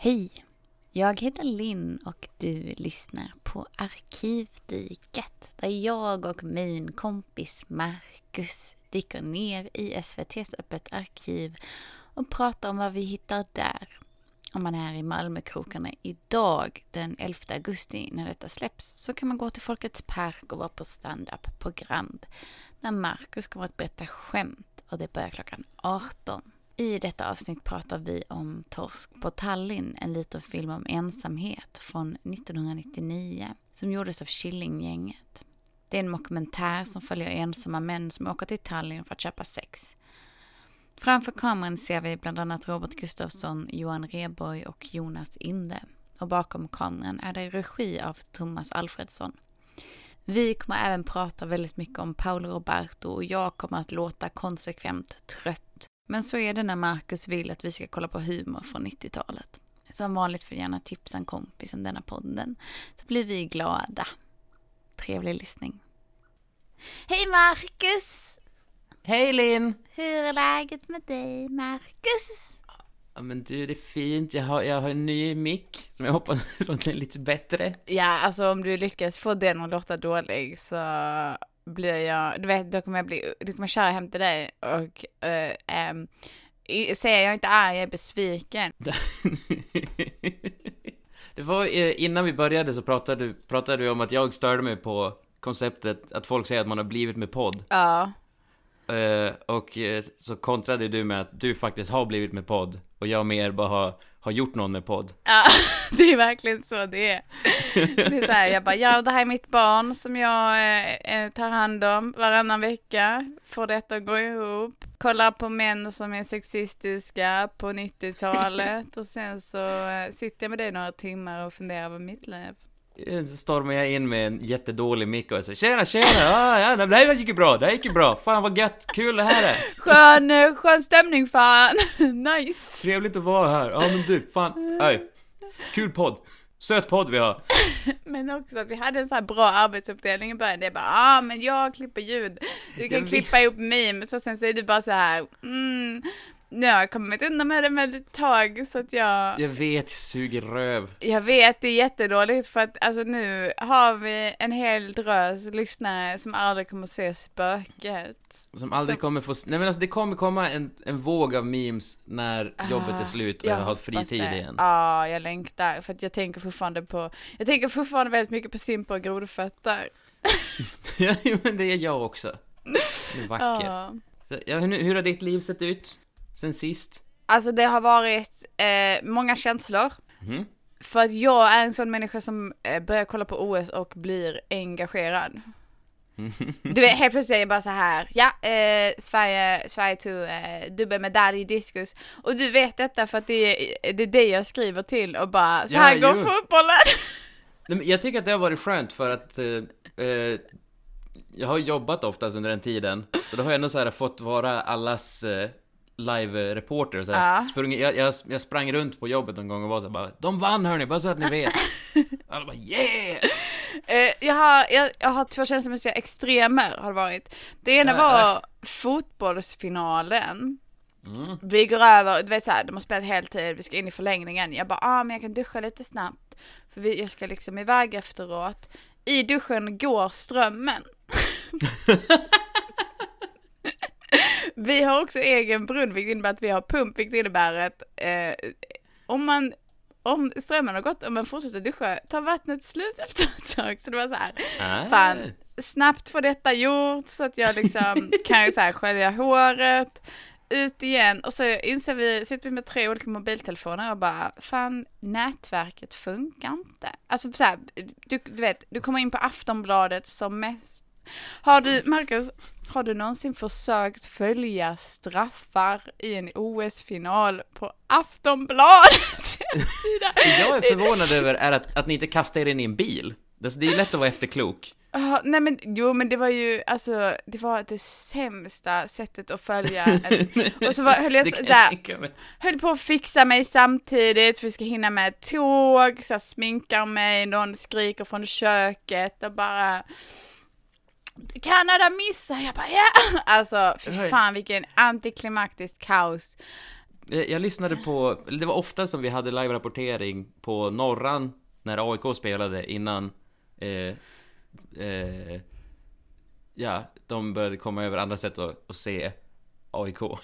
Hej, jag heter Linn och du lyssnar på Arkivdyket där jag och min kompis Marcus dyker ner i SVT:s öppet arkiv och pratar om vad vi hittar där. Om man är i Malmökrokarna idag den 11 augusti när detta släpps så kan man gå till Folkets park och vara på stand-up på Grand när Marcus kommer att berätta skämt och det börjar klockan 18. I detta avsnitt pratar vi om Torsk på Tallinn, en liten film om ensamhet från 1999 som gjordes av Killinggänget. Det är en dokumentär som följer ensamma män som åker till Tallinn för att köpa sex. Framför kameran ser vi bland annat Robert Gustafsson, Johan Rheborg och Jonas Inde. Och bakom kameran är det regi av Thomas Alfredsson. Vi kommer även prata väldigt mycket om Paolo Roberto och jag kommer att låta konsekvent trött. Men så är det när Marcus vill att vi ska kolla på humor från 90-talet. Som vanligt får gärna tipsa en kompis om denna podden. Så blir vi glada. Trevlig lyssning. Hej Marcus! Hej Linn! Hur är läget med dig Marcus? Ja men du, det är fint. Jag har en ny mick som jag hoppas låter lite bättre. Ja, alltså om du lyckas få den att låta dålig så blir jag, du vet, då kommer jag köra hem till dig och säger jag inte är, jag är besviken. Det var innan vi började så pratade du om att jag störde mig på konceptet att folk säger att man har blivit med podd. Ja. Och så kontrade du med att du faktiskt har blivit med podd och jag mer bara har gjort någon med podd. Ja, det är verkligen så det är. Det är så här, jag bara, ja det här är mitt barn som jag tar hand om varannan vecka. Får detta att gå ihop. Kollar på män som är sexistiska på 90-talet och sen så sitter jag med det några timmar och funderar på mitt liv. Så stormar jag in med en jättedålig mick och säger tjena, det här gick ju bra, fan vad gött, kul det här är. Skön stämning fan, nice. Trevligt att vara här, ja men du, fan, kul podd, söt podd vi har. Men också att vi hade en så här bra arbetsuppdelning i början, det är bara, men jag klipper ljud, du kan klippa ihop memes och sen så är du bara så här, jag har kommit undan med det med ett tag så att jag vet, jag suger röv. Jag vet, det är jättedåligt för att alltså nu har vi en hel drös lyssnare som aldrig kommer se spöket. Som aldrig kommer få, nej men alltså det kommer komma en våg av memes när jobbet är slut och jag har fritid igen. Ja, jag längtar för att jag tänker fortfarande väldigt mycket på Simpa och grodfötter. Ja, men det är jag också. Det är vackert. Ja, hur har ditt liv sett ut sen sist? Alltså det har varit många känslor. För att jag är en sån människa som börjar kolla på OS och blir engagerad. Du vet, helt plötsligt är jag bara så här. Ja, Sverige tog dubbelmedalj i diskus. Och du vet detta för att det är det jag skriver till och bara, så här går fotbollen. Jag tycker att det har varit skönt för att jag har jobbat oftast under den tiden. Så då har jag ändå så här fått vara allas live-reporter och så här. Jag sprang runt på jobbet en gång och var så här, bara, de vann hörni, bara så att ni vet. Alla bara, yeah! Jag har två känslomässiga extremer har det varit. Det ena var fotbollsfinalen. Vi går över, du vet så här, de har spelat heltid, vi ska in i förlängningen. Jag bara, men jag kan duscha lite snabbt. För jag ska liksom iväg efteråt. I duschen går strömmen. Vi har också egen brunn, vilket innebär att vi har pump, vilket innebär att om strömmen har gått, om man fortsätter duscha, tar vattnet slut efter ett tag. Så det var så här, fan, snabbt få detta gjort så att jag liksom kan ju så här skölja håret, ut igen. Och så sitter vi med 3 olika mobiltelefoner och bara, fan, nätverket funkar inte. Alltså så här, du vet, du kommer in på Aftonbladet som mest. Marcus, har du någonsin försökt följa straffar i en OS-final på Aftonbladet? Jag är förvånad över att ni inte kastar er in i en bil. Det är ju lätt att vara efterklok. Nej men, men det var ju, alltså, det var det sämsta sättet att följa och så höll på att fixa mig samtidigt för vi ska hinna med ett tåg, så jag sminkar mig, någon skriker från köket och bara, Kanada missar, jag bara, ja! Alltså, fy fan vilken antiklimaktisk kaos. Jag lyssnade på, det var ofta som vi hade live-rapportering på Norran när AIK spelade innan ja, de började komma över andra sätt att se AIK. Och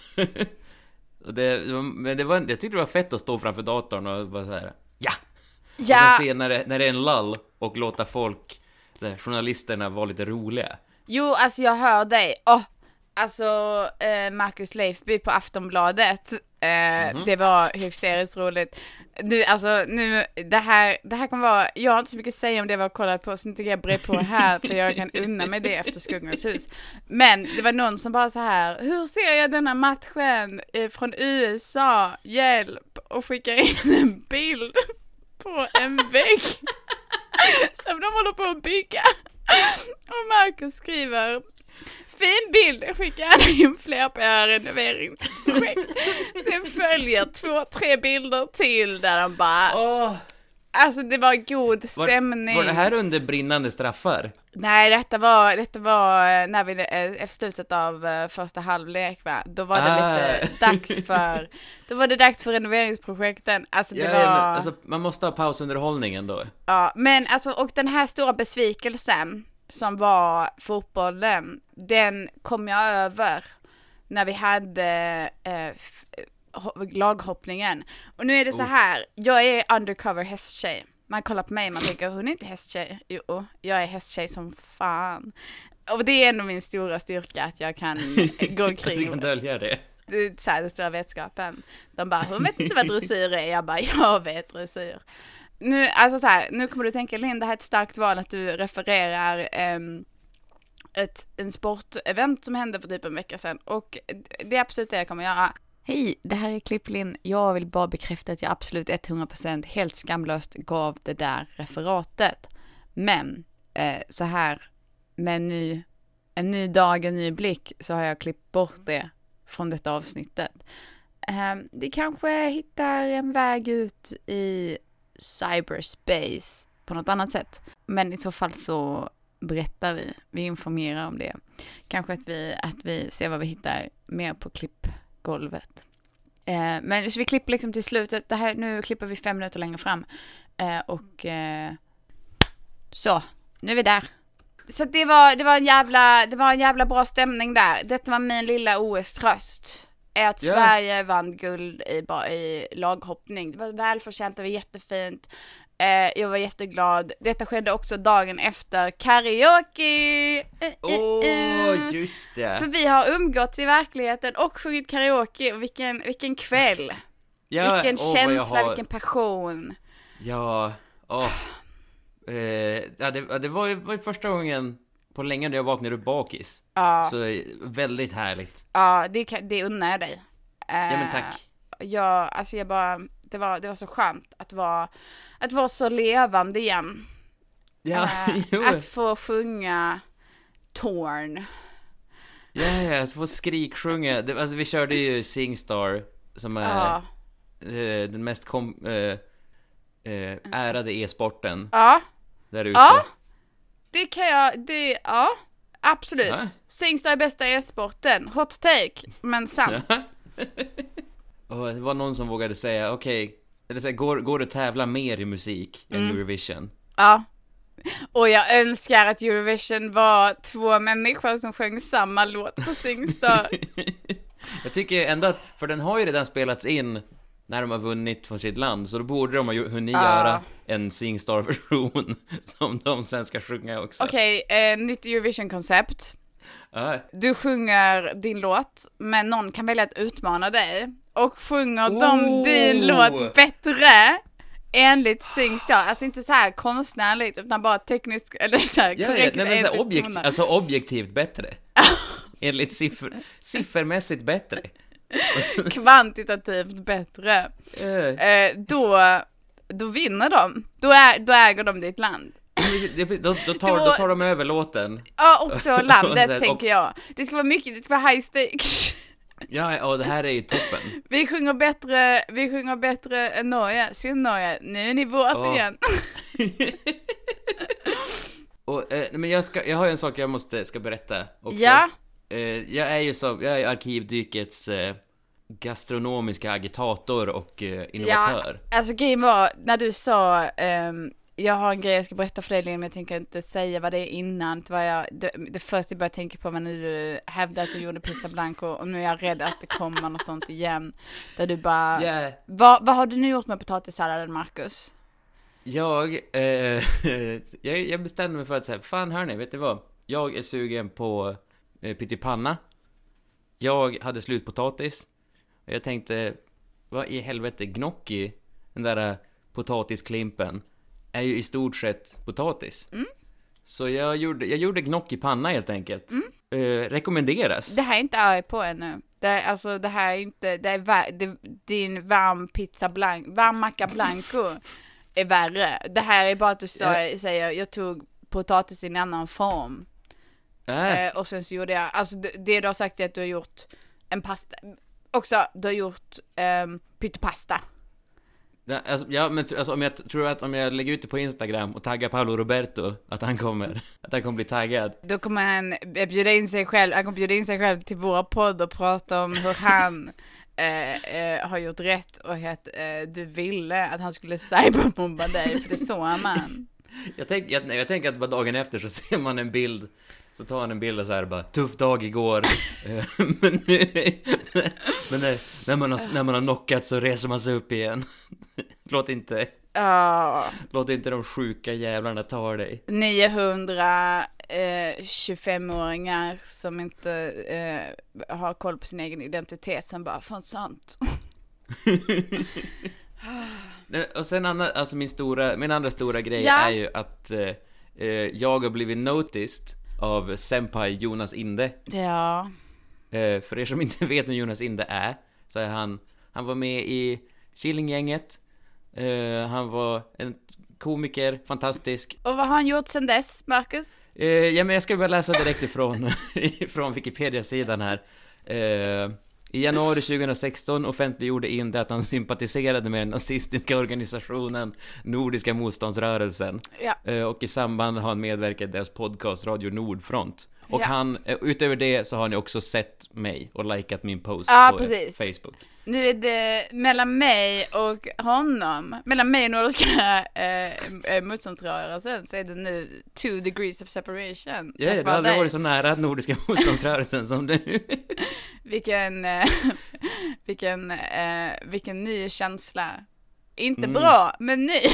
men jag tyckte det var fett att stå framför datorn och bara så här, ja! Och sen se när det är en lull och låta folk, journalisterna, vara lite roliga. Jo, alltså jag hör dig. Alltså Marcus Leifby på Aftonbladet. Det var hysteriskt roligt. Det här kommer vara, jag har inte så mycket att säga om det vi har kollat på, så inte jag brer på här, för jag kan unna mig det efter Skuggornas hus. Men det var någon som bara så här: hur ser jag denna matchen från USA? Hjälp! Och skickar in en bild på en vägg som de håller på att bygga. Och Marcus skriver: fin bild, jag skickar gärna in fler på era renoveringsprojekt. Sen följer 2-3 bilder till där de bara... Alltså det var god stämning. Var det här under brinnande straffar? Nej, detta var när vi efter slutet av första halvlek, va? Då var det lite dags för renoveringsprojekten. Alltså det var... men, alltså, man måste ha pausunderhållningen då. Ja, men alltså, och den här stora besvikelsen som var fotbollen, den kom jag över när vi hade laghoppningen. Och nu är det så här, jag är undercover hästtjej. Man kollar på mig, man tänker, hon är inte hästtjej. Jo, jag är hästtjej som fan. Och det är ändå min stora styrka, att jag kan gå omkring. Du kan dölja det. Så här, den stora vetskapen. De bara, hon vet inte vad dressyr är. Jag bara, jag vet dressyr. Nu, alltså så här, nu kommer du tänka, Linn, det här är ett starkt val att du refererar en sportevent som hände för typ en vecka sedan. Och det är absolut det jag kommer göra. Hej, det här är Klipp Linn. Jag vill bara bekräfta att jag absolut 100% helt skamlöst gav det där referatet. Men så här, med en ny dag, en ny blick, så har jag klippt bort det från detta avsnittet. Det kanske hittar en väg ut i cyberspace på något annat sätt. Men i så fall så berättar vi informerar om det. Kanske att vi ser vad vi hittar mer på klippgolvet. Men så vi klipper liksom till slutet. Nu klipper vi 5 minuter längre fram. Så, nu är vi där. Så det var en jävla bra stämning där. Detta var min lilla OS-tröst. Att Sverige vann guld i laghoppning. Det var välförtjänt, det var jättefint. Jag var jätteglad. Detta skedde också dagen efter karaoke. Just det. För vi har umgåtts i verkligheten och sjungit karaoke. Och vilken kväll. Vilken känsla, vilken passion. Ja, det var ju första gången på länge när jag vaknade upp bakis. Ja. Så väldigt härligt. Ja, det unnar jag dig. Ja, men tack. Det var så skönt att vara så levande igen. Ja, att få sjunga Torn. Ja, att få skriksjunga. Alltså, vi körde ju Singstar, som är den mest ärade e-sporten. Ja. Där ute. Ja. Absolut. Ja. Singstar är bästa e-sporten. Hot take, men sant. Det var någon som vågade säga, går det att tävla mer i musik än Eurovision? Ja. Och jag önskar att Eurovision var 2 människor som sjöng samma låt på Singstar. Jag tycker ändå att, för den har ju redan spelats in när de har vunnit från sitt land, så då borde de ha hunnit göra en Singstar-version som de sen ska sjunga också. Okej, nytt Eurovision-koncept. Du sjunger din låt, men någon kan välja att utmana dig. Och sjunger de din låt bättre enligt Singstar. Alltså inte så här konstnärligt, utan bara tekniskt, eller så här korrekt. Nej, men så objektivt bättre. Enligt siffermässigt bättre. Kvantitativt bättre. Då vinner de. Då äger de ditt land. Då tar de över låten. Ja, också landet tänker jag. Det ska vara mycket, det ska vara high stakes. Ja, och det här är ju toppen. Vi sjunger bättre än Norge. Synd Norge, nu är ni vårt igen. Men jag har ju en sak jag ska berätta också. Ja. Jag är Arkivdykets gastronomiska agitator och innovatör. Ja, alltså grejen var, när du sa jag har en grej jag ska berätta för dig, men jag tänker inte säga vad det är innan. Det första jag började tänka på var när du hävdade att du gjorde pizza blanco, och nu är jag rädd att det kommer något sånt igen. Där du bara... Yeah. Vad har du nu gjort med potatissalladen, Marcus? Jag bestämde mig för att säga, fan hörni, vet ni vad? Jag är sugen på pyttipanna. Jag hade slut potatis. Och jag tänkte, vad i helvete, gnocchi, den där potatisklimpen, är ju i stort sett potatis. Så jag gjorde gnocchi-panna helt enkelt. Rekommenderas. Det här är inte arg på ännu. Det här är inte... din varm macka blanco är värre. Det här är bara att du säger, jag tog potatis i en annan form. Och sen så gjorde jag... Alltså det du har sagt är att du har gjort en pasta. Också, du har gjort pyttepasta. Om jag lägger ut det på Instagram och taggar Paolo Roberto, att han kommer bli taggad. Då kommer han bjuda in sig själv till våra podd och prata om hur han har gjort rätt och att du ville att han skulle cyberbomba dig, för det såg man. Jag tänker att bara dagen efter så ser man en bild. Så tar han en bild och så här bara, tuff dag igår. när man har knockat så reser man sig upp igen. Låt inte de sjuka jävlarna ta dig. 900 25-åringar som inte har koll på sin egen identitet, som bara, fan sant. Och sen min andra stora grej är ju att jag har blivit noticed av senpai Jonas Inde. Ja. För er som inte vet vem Jonas Inde är, så är han var med i Killinggänget. Han var en komiker, fantastisk. Och vad har han gjort sen dess, Marcus? Men jag ska bara läsa direkt från Wikipedia-sidan här. I januari 2016 offentliggjorde Inde att han sympatiserade med den nazistiska organisationen Nordiska motståndsrörelsen. Ja. Och i samband har han medverkat i deras podcast Radio Nordfront. Och han, utöver det så har ni också sett mig och likat min post på Facebook. Nu är det mellan mig och honom, mellan mig och Nordiska motståndsrörelsen, så är det nu 2 degrees of separation. Ja, det har aldrig varit så nära Nordiska motståndsrörelsen som nu. Vilken ny känsla. Inte bra, men ny.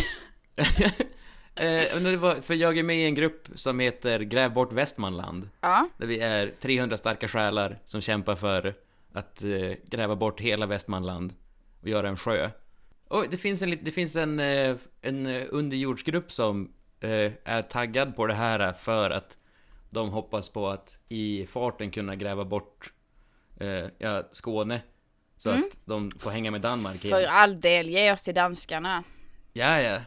För jag är med i en grupp som heter Gräv bort Västmanland. Ja. Där vi är 300 starka själar som kämpar för att gräva bort hela Västmanland och göra en sjö. Och det finns en underjordsgrupp som är taggad på det här för att de hoppas på att i farten kunna gräva bort Skåne, så att de får hänga med Danmark igen. För all del, ge oss till danskarna. Ja.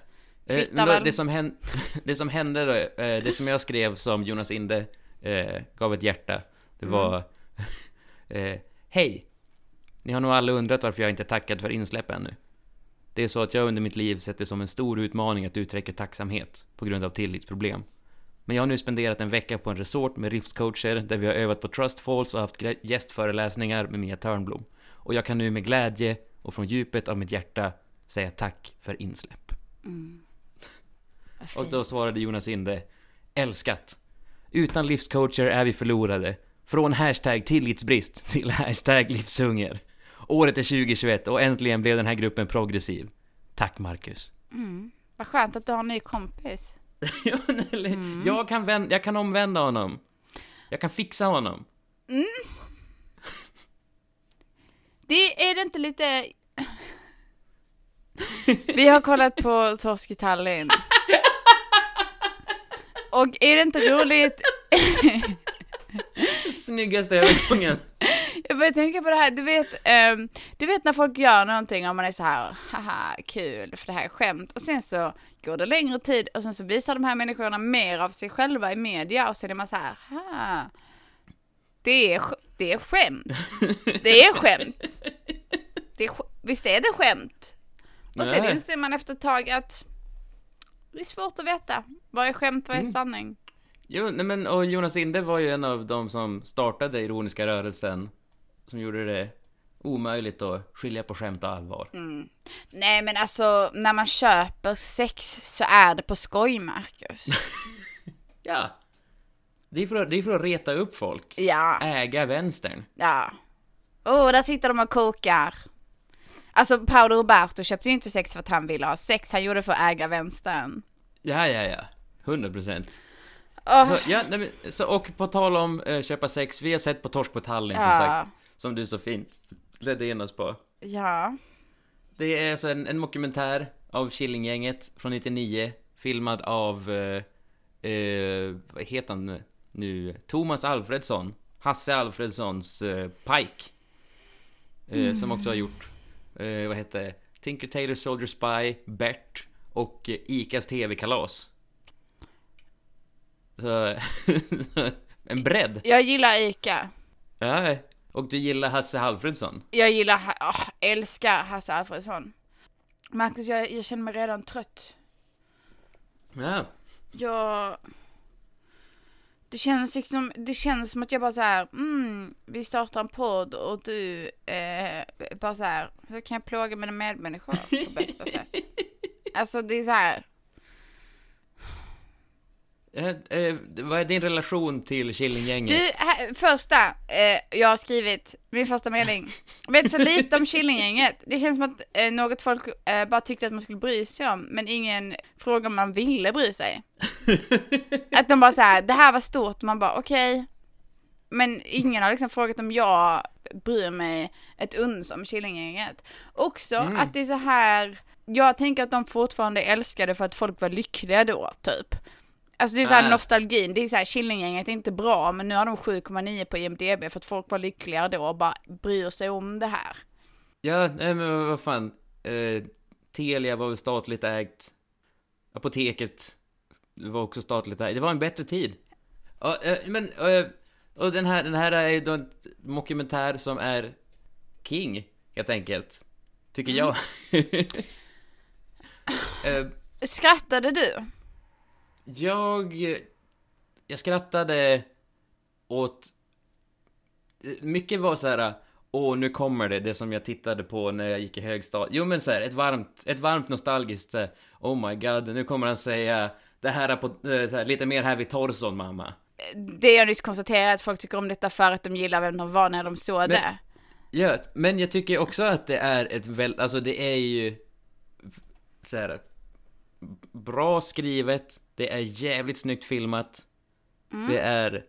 Det som hände då, det som jag skrev som Jonas Inde gav ett hjärta, det var hej, ni har nog alla undrat varför jag inte tackat för insläpp ännu. Det är så att jag under mitt liv sett det som en stor utmaning att uttrycka tacksamhet på grund av tillitsproblem. Men jag har nu spenderat en vecka på en resort med livscoacher där vi har övat på Trust Falls och haft gästföreläsningar med Mia Törnblom. Och jag kan nu med glädje och från djupet av mitt hjärta säga tack för insläpp. Och då svarade Jonas Inde, älskat. Utan livscoacher är vi förlorade. Från hashtag tillitsbrist till hashtag livshunger. Året är 2021 och äntligen blev den här gruppen progressiv. Tack Marcus. Vad skönt att du har en ny kompis. Jag kan omvända honom. Jag kan fixa honom. Det är det inte lite... Vi har kollat på Torsk i Tallinn. Och är det inte roligt? Snyggaste övergången. Jag börjar tänka på det här. Du vet när folk gör någonting och man är så här, haha, kul, för det här är skämt. Och sen så går det längre tid och sen så visar de här människorna mer av sig själva i media. Och sen är man så här, det är skämt. Det är skämt. Visst är det skämt? Och sen inser man efter ett tag att det är svårt att veta vad är skämt, vad är sanning. Och Jonas Inde var ju en av de som startade Ironiska rörelsen, som gjorde det omöjligt att skilja på skämt och allvar. Nej, men alltså, när man köper sex så är det på skoj, Marcus. Ja. Det är för att reta upp folk. Ja. Äga vänstern. Ja. Där sitter de och kokar. Alltså, Paolo Roberto köpte ju inte sex för att han ville ha sex. Han gjorde det för att äga vänstern. Ja. 100%. Och på tal om köpa sex, vi har sett på Torsk på Tallinn som sagt, som du så fint ledde in oss på. Ja. Det är alltså en dokumentär av Killinggänget från 99, filmad av vad heter han nu? Thomas Alfredsson, Hasse Alfredssons Pike, som också har gjort vad heter Tinker Tailor Soldier Spy, Bert och Icas TV-kalas. Så, en bredd. Jag gillar Ica. Ja, och du gillar Hasse Alfredson. Jag gillar, älskar Hasse Alfredson. Marcus, jag känner mig redan trött. Ja. Det känns som att jag bara så här, vi startar en podd och du bara så här, hur kan jag plåga mina medmänniskor på bästa sätt? Alltså det är så här. Vad är din relation till Killinggänget? Du, jag har skrivit min första mening. Jag vet så lite om Killinggänget. Det känns som att något folk bara tyckte att man skulle bry sig om, men ingen frågade om man ville bry sig. Att de bara så här, det här var stort, och man bara okej. Men ingen har liksom frågat om jag bryr mig ett uns om Killinggänget. Också att det är så här, jag tänker att de fortfarande älskade för att folk var lyckliga då, typ. Alltså det är så här nostalgin, det är så här, Killinggänget är inte bra, men nu har de 7,9 på IMDb för att folk var lyckliga då och bara bryr sig om det här. Ja, nej men vad fan. Telia var väl statligt ägt. Apoteket var också statligt ägt. Det var en bättre tid. Och den här är ju då en dokumentär som är king, helt enkelt. Tycker jag. Skrattade du? Jag skrattade åt... Mycket var så här: nu kommer det som jag tittade på när jag gick i högstadiet. Jo men så här, ett varmt nostalgiskt, oh my god, nu kommer han säga det här är på så här, lite mer här vid torson, mamma. Det jag nyss konstaterar att folk tycker om detta för att de gillar vem de var när de såg det. Ja, men jag tycker också att det är alltså det är ju så här bra skrivet. Det är jävligt snyggt filmat. Det är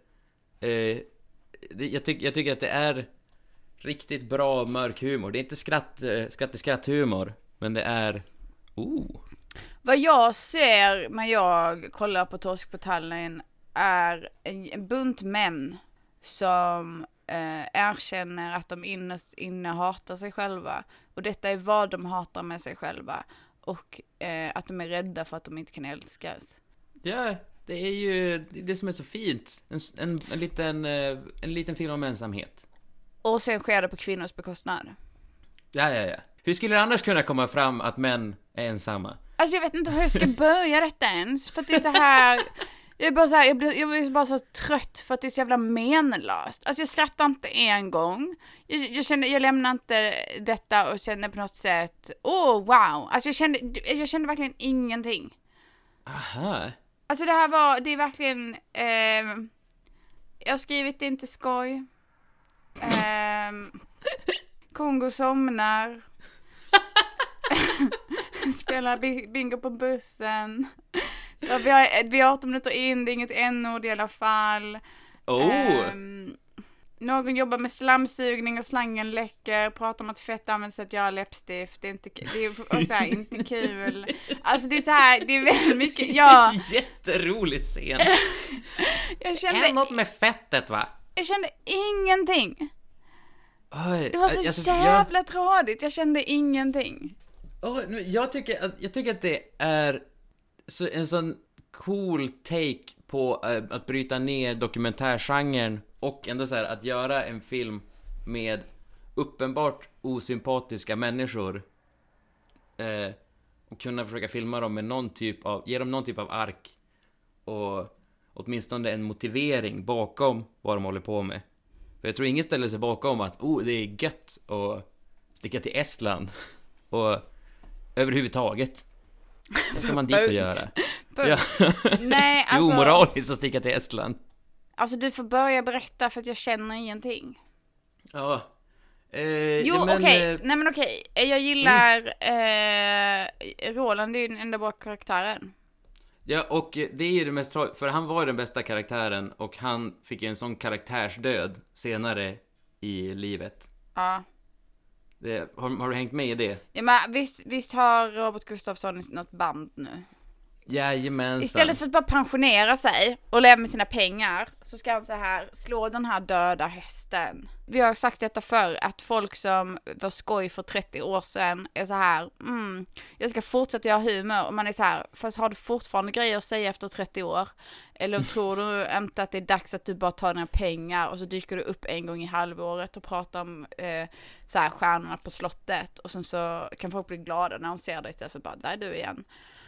jag tycker att det är riktigt bra mörk humor. Det är inte skratthumor, men det är Vad jag ser när jag kollar på Torsk på Tallinn är en bunt män som erkänner att de inne hatar sig själva. Och detta är vad de hatar med sig själva. Och att de är rädda för att de inte kan älskas. Ja, det är ju det som är så fint. En liten film om ensamhet. Och sen sker det på kvinnors bekostnad. Ja. Hur skulle det annars kunna komma fram att män är ensamma? Alltså jag vet inte hur jag ska börja detta ens. För att det är så här... Jag blir bara så trött för att det är så jävla menlöst. Alltså jag skrattar inte en gång. Jag lämnar inte detta och känner på något sätt, wow. Alltså jag kände verkligen ingenting. Aha. Alltså det är verkligen jag har skrivit det inte skoj. Kongo somnar. Spelar bingo på bussen. Ja, vi har 18 minuter in, det är inget n-ord i alla fall. Någon jobbar med slamsugning och slangen läcker. Pratar om att fett används att göra läppstift. Det är så här, inte kul. Alltså det är så här, det är väldigt mycket. Ja. Jätterolig scen. Jag kände något med fettet, va? Jag kände ingenting. Oj, det var så jävla trådigt. Jag kände ingenting. Jag tycker att det är en sån cool take på att bryta ner dokumentärgenren och ändå så här att göra en film med uppenbart osympatiska människor och kunna försöka filma dem med ge dem någon typ av ark och åtminstone en motivering bakom vad de håller på med. För jag tror ingen ställer sig bakom att det är gött att sticka till Estland. Och överhuvudtaget. Vad ska man dit och göra? Ja. Nej, alltså... Det är omoraliskt att sticka till Estland. Alltså du får börja berätta för att jag känner ingenting. Ja. Okej. Nej men okej. Jag gillar Roland, det är ju den enda bra karaktären. Ja, och det är ju det mest för han var den bästa karaktären och han fick en sån karaktärsdöd senare i livet. Ja. Har du hängt med i det? Ja, men visst har Robert Gustafsson något band nu? Jajamensan. Istället för att bara pensionera sig och leva med sina pengar så ska han så här slå den här döda hästen. Vi har sagt detta förr, att folk som var skoj för 30 år sedan är så här, jag ska fortsätta göra humor. Och man är så här, fast har du fortfarande grejer att säga efter 30 år? Eller tror du inte att det är dags att du bara tar dina pengar och så dyker du upp en gång i halvåret och pratar om så här stjärnorna på slottet och sen så kan folk bli glada när de ser dig istället för bara, där är du igen.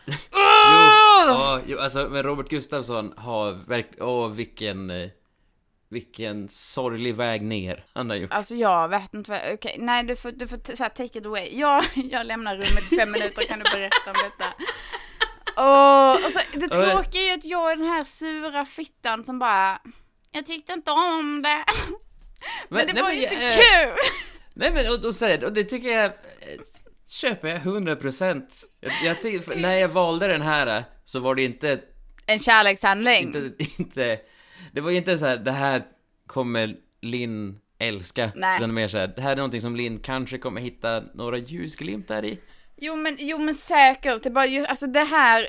Jo, alltså men Robert Gustafsson har vilken sorglig väg ner han har gjort. Alltså jag vet inte vad, okej, nej du får så här, take it away. Jag lämnar rummet i 5 minuter, kan du berätta om detta? Och så, det tråkiga är ju att jag är den här sura fittan som bara, jag tyckte inte om det. Men det var ju inte kul. Nej men och det tycker jag köper jag 100%. När jag valde den här så var det inte en kärlekshandling. Inte det var inte så här, det här kommer Linn älska. Nej. Den är mer så här, det här är någonting som Linn kanske kommer hitta några ljusglimtar i. Jo men säkert. Det bara alltså det här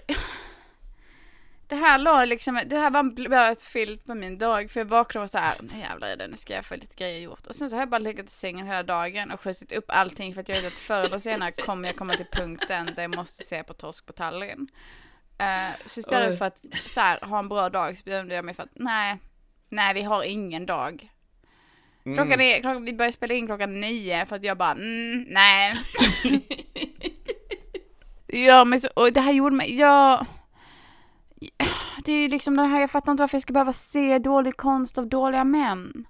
låg liksom, det här var bara ett filt på min dag, för jag vaknade och var så här, nej jävlar är det, nu ska jag få lite grejer gjort. Och sen så har jag bara legat i sängen hela dagen och skjutit upp allting för att jag vet att förr eller senare kommer jag komma till punkten där jag måste se på Torsk på Tallinn. Så istället för att så här, ha en bra dag så bedömde jag mig för att nej vi har ingen dag. Vi börjar spela in 9:00 för att jag bara nej. Det gör mig så, och det här gjorde mig det är ju liksom den här, jag fattar inte varför jag ska behöva se dålig konst av dåliga män.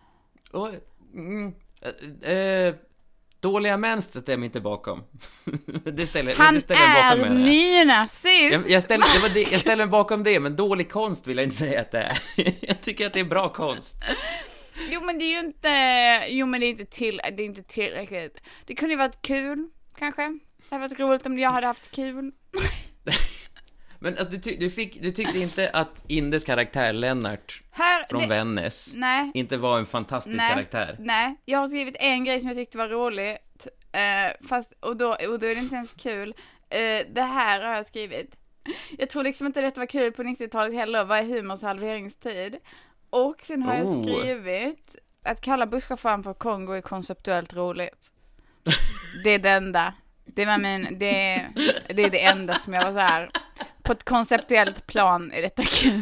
Dåliga män ställer jag mig inte bakom. Det ställer han jag bakom är nynazist. Jag ställer mig bakom det, men dålig konst vill jag inte säga att det är. Jag tycker att det är bra konst. Jo men det är ju inte, det är inte tillräckligt. Det kunde ju varit kul, kanske. Det hade varit roligt om jag hade haft kul. Men alltså, du tyckte inte att Indes karaktär Lennart från Vännäs inte var en fantastisk karaktär? Nej, jag har skrivit en grej som jag tyckte var rolig. Och då är det inte ens kul. Det här har jag skrivit. Jag tror liksom inte detta var kul på 90-talet heller. Vad är humors halveringstid? Och sen har jag skrivit att kalla busschauffören för Kongo är konceptuellt roligt. Det är det enda. Det är det enda som jag var så här. På ett konceptuellt plan är detta kul.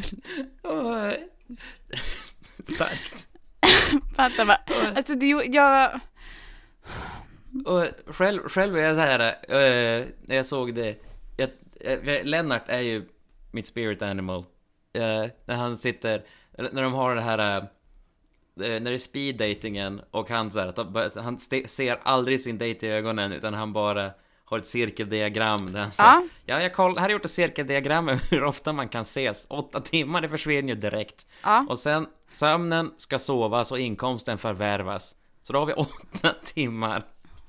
Starkt. Fattar va? Alltså jag... Och själv är jag så här när jag såg det. Lennart är ju mitt spirit animal. När han sitter, när de har det här, när det är speed datingen och han så här, han ser aldrig sin date i ögonen utan han bara har ett cirkeldiagram där han säger, jag har gjort ett cirkeldiagram över hur ofta man kan ses. 8 timmar, det försvinner ju direkt. Och sen sömnen ska sovas och inkomsten förvärvas. Så då har vi 8 timmar.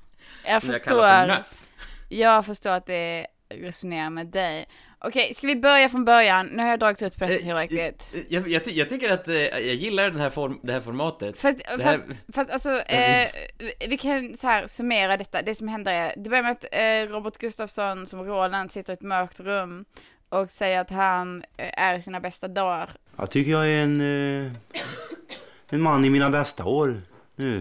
Jag förstår att det resonerar med dig. Okej, ska vi börja från början? Nu har jag dragit ut på det tillräckligt. Jag tycker att jag gillar det här formatet. För att alltså, vi kan så här summera detta. Det som händer är, det börjar med att Robert Gustafsson som Roland sitter i ett mörkt rum och säger att han är i sina bästa dagar. Jag tycker jag är en man i mina bästa år nu.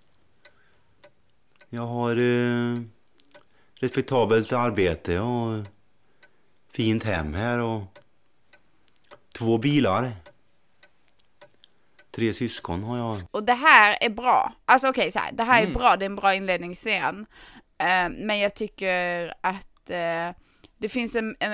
Jag har respektabelt arbete och fint hem här och 2 bilar. 3 syskon har jag. Och det här är bra. Alltså okej, så här, det här är bra, det är en bra inledningsscen. Men jag tycker att det finns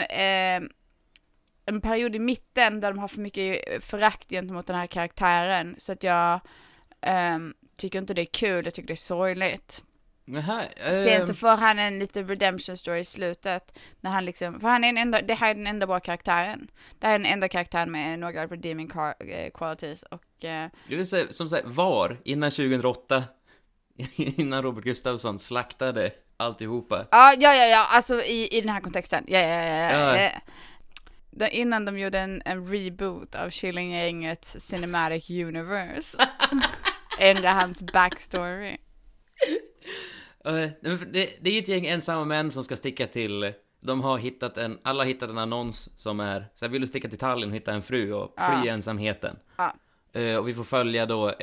en period i mitten där de har för mycket förakt gentemot den här karaktären. Så att jag tycker inte det är kul, jag tycker det är sorgligt. Jaha, Sen så får han en lite redemption story i slutet när han liksom, för han är det här är den enda bra karaktären. Det här är den enda karaktären med några redeeming qualities och det vill säga, som sagt, innan 2008 innan Robert Gustafsson slaktade alltihopa. Ja, alltså i den här kontexten. Ja. Innan de gjorde en reboot av Killinggängets Cinematic Universe. Ändra hans backstory. Det är ett gäng ensamma män som ska sticka till. Alla har hittat en annons som är så här, vill du sticka till Tallinn och hitta en fru och fly ensamheten. Och vi får följa då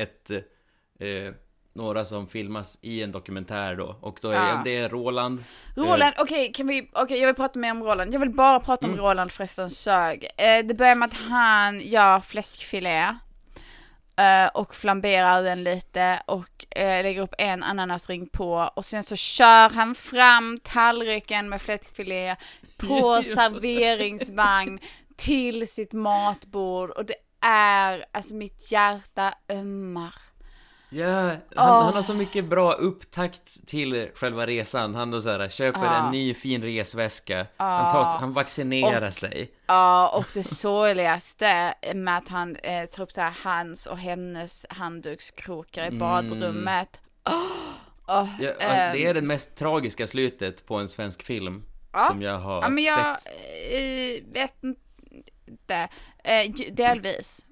några som filmas i en dokumentär då. Och då är det Roland. Okej, jag vill prata mer om Roland. Jag vill bara prata om Roland förresten sög. Det börjar med att han gör fläskfilé. Och flamberar den lite och lägger upp en ananasring på och sen så kör han fram tallriken med fläskfilé på serveringsvagn till sitt matbord och det är, alltså mitt hjärta ömmar. Ja, han har så mycket bra upptakt till själva resan. Han då så här, köper en ny fin resväska. Han vaccinerar sig. Ja, och det sorgligaste med att han tar upp så här hans och hennes handdukskrokar i badrummet. Det är den mest tragiska slutet på en svensk film som jag har men jag sett. Vet inte. Delvis.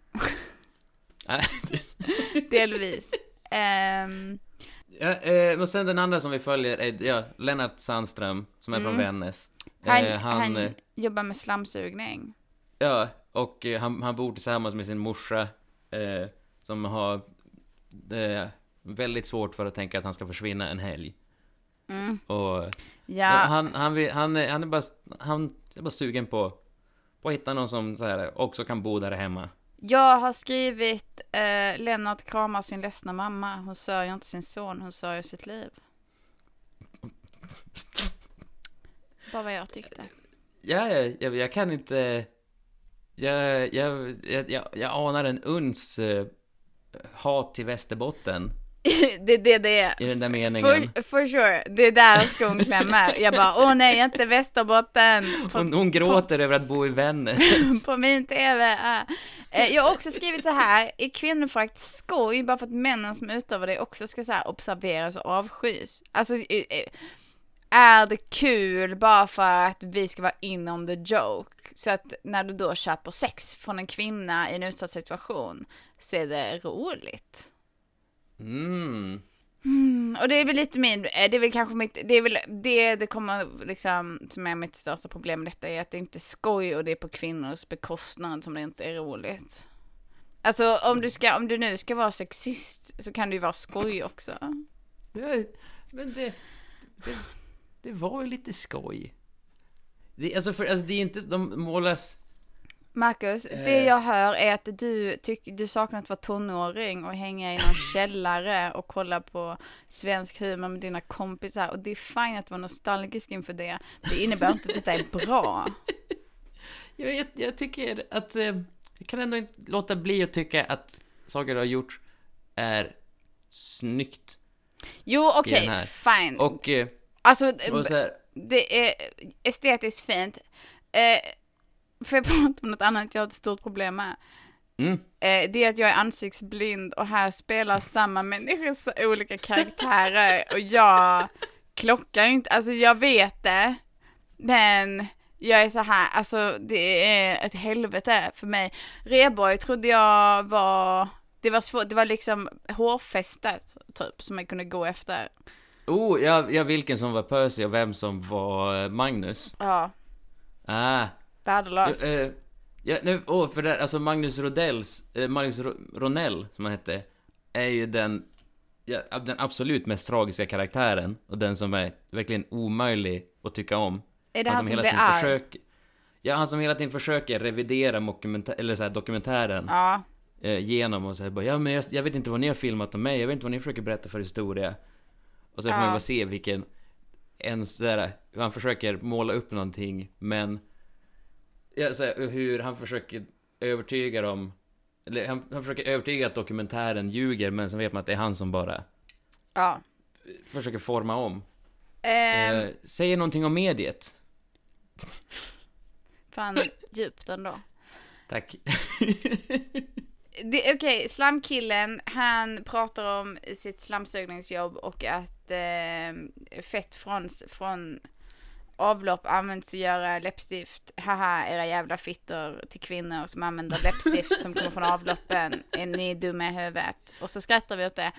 Delvis. Och sen den andra som vi följer är Lennart Sandström som är från Vännäs. Han jobbar med slamsugning. Ja, och han bor tillsammans med sin morsa som har väldigt svårt för att tänka att han ska försvinna en helg. Och han är bara sugen på att hitta någon som så här, också kan bo där hemma. Jag har skrivit Lennart kramar sin ledsna mamma. Hon sörjer inte sin son, hon sörjer sitt liv. Bara vad jag tyckte. Jag kan inte. Jag anar en uns hat till Västerbotten. det är. I den där meningen. For sure. Det är där skon klämmer. Jag bara, nej, inte Västerbotten. Hon gråter över att bo i Vännäs. På min tv. Jag har också skrivit så här. I kvinnoförakt skoj, bara för att männen som utövar det också ska så här observeras och avskys. Alltså, är det kul bara för att vi ska vara in on the joke? Så att när du då köper sex från en kvinna i en utsatt situation så är det roligt. Och det är väl lite det är väl kanske mitt, det är väl det kommer liksom som är mitt största problem med detta är att det inte är skoj och det är på kvinnors bekostnad som det inte är roligt. Alltså om du nu ska vara sexist så kan det ju vara skoj också. Ja, men det var ju lite skoj. Det är inte, de målas. Marcus, det jag hör är att du saknar att vara tonåring och hänga i någon källare och kolla på svensk humor med dina kompisar. Och det är fint att vara nostalgisk inför det. Det innebär inte att detta är bra. Jag tycker att jag kan ändå inte låta bli att tycka att saker du har gjort är snyggt. Jo, okej, fine. Och alltså, det är estetiskt fint. Får jag prata om något annat jag har ett stort problem med? Det är att jag är ansiktsblind och här spelar samma människor olika karaktärer och jag klockar inte, alltså jag vet det, men jag är så här, alltså det är ett helvete för mig. Rheborg trodde jag det var svårt, det var liksom hårfästet typ som jag kunde gå efter. Vilken som var Percy och vem som var Magnus. Ja. Värdelöst. För det, alltså Magnus Ronell som han hette är ju den absolut mest tragiska karaktären och den som är verkligen omöjlig att tycka om. Är det han som blir arg? Han som hela tiden försöker revidera dokumentären genom och säga bara, men jag vet inte vad ni har filmat om mig, jag vet inte vad ni försöker berätta för historia. Och så får man bara se hur han försöker måla upp någonting, men hur han försöker övertyga dem Eller han försöker övertyga att dokumentären ljuger, men sen vet man att det är han som bara försöker forma om. Säger någonting om mediet. Fan, djupt ändå. Tack. Okej, slamkillen, han pratar om sitt slamsugningsjobb och att fett från avlopp används att göra läppstift. Haha, era jävla fittor till kvinnor som använder läppstift som kommer från avloppen. Är ni dumma i huvudet? Och så skrattar vi åt det.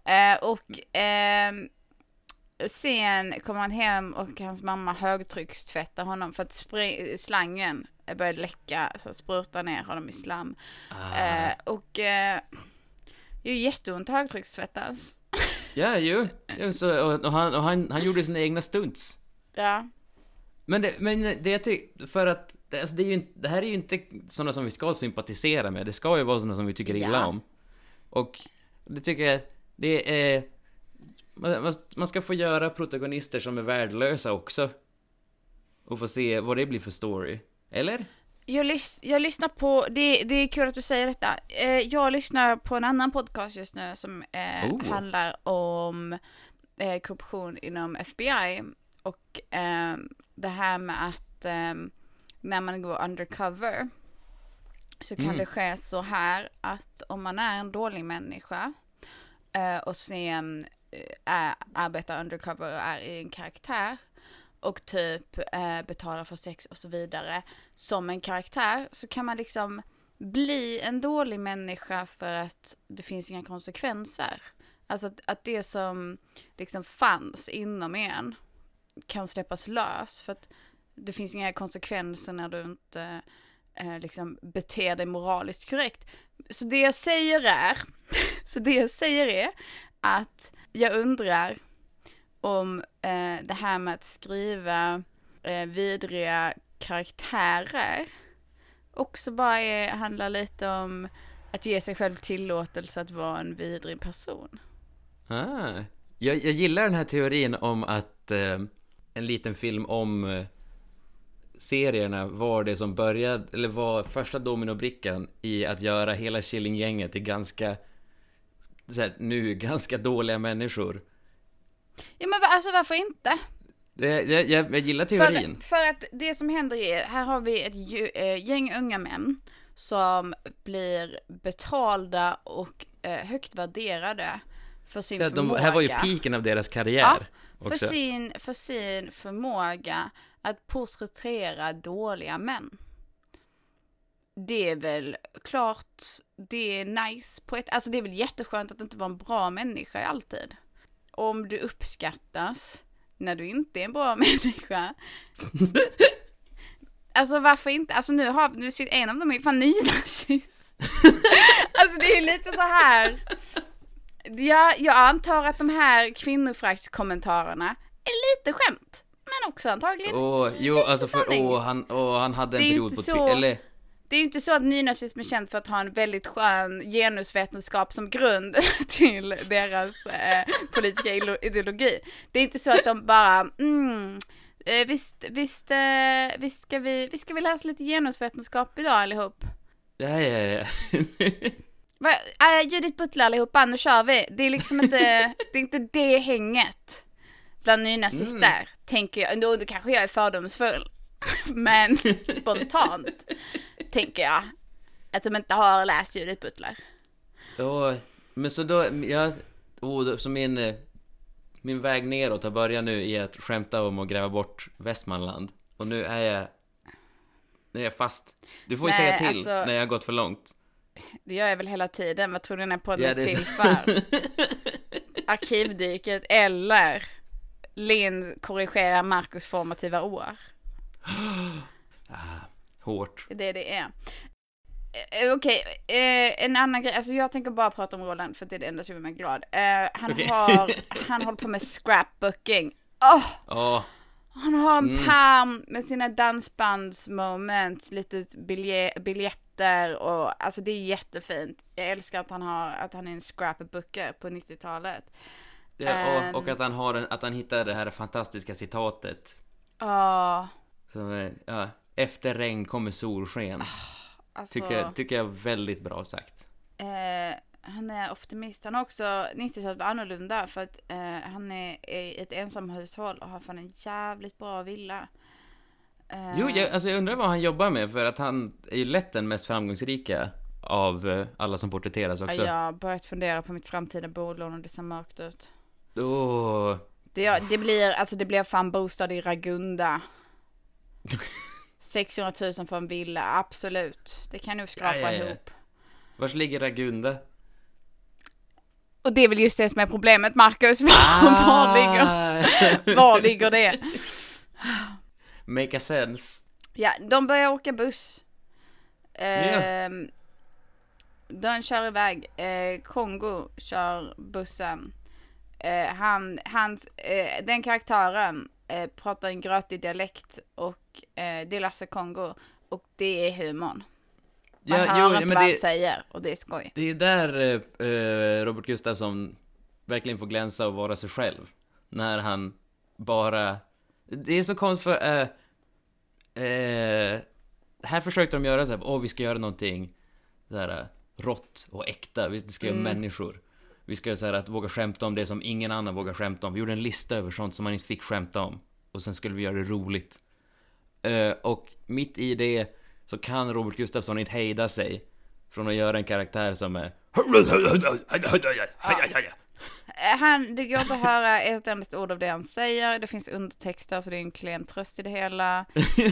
Sen kommer han hem och hans mamma högtryckstvättar honom för att slangen började läcka, så sprutar ner honom i slam. Det är ju jätteont att högtryckstvättas. Ja, ju. Och han gjorde sina egna stunts. Ja. Men det jag tycker, för att det här är ju inte sådana som vi ska sympatisera med. Det ska ju vara sådana som vi tycker illa om. Och det tycker jag, det är, man ska få göra protagonister som är värdelösa också. Och få se vad det blir för story. Eller? Jag lyssnar på, det är kul att du säger detta. Jag lyssnar på en annan podcast just nu som handlar om korruption inom FBI. Och det här med att när man går undercover så kan det ske så här att om man är en dålig människa och sen arbetar undercover och är i en karaktär och typ betalar för sex och så vidare som en karaktär, så kan man liksom bli en dålig människa för att det finns inga konsekvenser. Alltså att det som liksom fanns inom en kan släppas lös för att det finns inga konsekvenser när du inte liksom beter dig moraliskt korrekt. Så det jag säger är att jag undrar om det här med att skriva vidriga karaktärer också bara handlar lite om att ge sig själv tillåtelse att vara en vidrig person. Jag gillar den här teorin om att en liten film om serierna var det som började, eller var första dominobrickan i att göra hela Killinggänget till ganska dåliga människor. Ja, men alltså varför inte? Jag gillar teorin. För att det som händer är, här har vi ett gäng unga män som blir betalda och högt värderade för sin förmåga. Här var ju piken av deras karriär. Ja, för sin förmåga att porträttera dåliga män. Det är väl klart, det är nice på ett, alltså det är väl jätteskönt att inte vara en bra människa alltid. Om du uppskattas när du inte är en bra människa. Alltså varför inte? Alltså nu sitter en av dem är fan nynazist. Alltså det är lite så här. Jag antar att de här kvinnofraktkommentarerna är lite skämt, men också antagligen. Han hade en period på eller. Det är ju inte så att nynazism är känd för att ha en väldigt skön genusvetenskap som grund till deras politiska ideologi. Det är inte så att de bara visst ska vi läsa lite genusvetenskap idag allihop. Ja. Judith Butler allihopa, nu kör vi. Det är liksom inte det är inte det hänget bland nynazister, tänker jag. Då kanske jag är fördomsfull. Men spontant tänker jag att de inte har läst Judith Butler. Men så då så min väg neråt har börjat nu i att skämta om att gräva bort Västmanland. Och nu är jag fast. Du får ju säga till alltså, när jag har gått för långt. Det gör jag väl hela tiden. Vad tror du den är på det till för? Arkivdyket eller Linn korrigerar Marcus formativa år. Hårt. Det är. Okej, en annan grej. Alltså jag tänker bara prata om Roland för det är det enda som gör mig glad. Han håller på med scrapbooking. Han har en pärm med sina dansbandsmoments, lite biljetter och alltså det är jättefint. Jag älskar att han är en scrapbooker på 90-talet. Ja, och att han hittar det här fantastiska citatet. Som efter regn kommer solsken. Alltså, tycker jag väldigt bra sagt. han är optimist. Han har också 90-talet annorlunda för att han är i ett ensamhushåll och har fan en jävligt bra villa. Jo, jag undrar vad han jobbar med, för att han är ju lätt den mest framgångsrika av alla som porträtteras också. Jag har börjat fundera på mitt framtida bolån och det ser mörkt ut. Åh. Det blir fan bostad i Ragunda. 600 000 för en villa, absolut. Det kan nog skrapa ihop. Vars ligger Ragunda? Och det är väl just det som är problemet, Marcus. Var ligger det? Make a sense. Ja, de börjar åka buss. Yeah. De kör iväg. Kongo kör bussen. Den karaktären pratar en grötig dialekt och det är Lasse Kongo och det är humorn. Man hör inte vad han säger och det är skoj. Det är där Robert Gustafsson verkligen får glänsa och vara sig själv. När han bara... Det är så konstigt för... här försökte de göra så här, vi ska göra någonting så här rått och äkta. Vi ska göra människor. Vi ska så här, att våga skämta om det som ingen annan vågar skämta om. Vi gjorde en lista över sånt som man inte fick skämta om. Och sen skulle vi göra det roligt. Och mitt i det så kan Robert Gustafsson inte hejda sig från att göra en karaktär som är... Det går inte att höra ett enda ord av det han säger. Det finns undertexter så det är en klen tröst i det hela.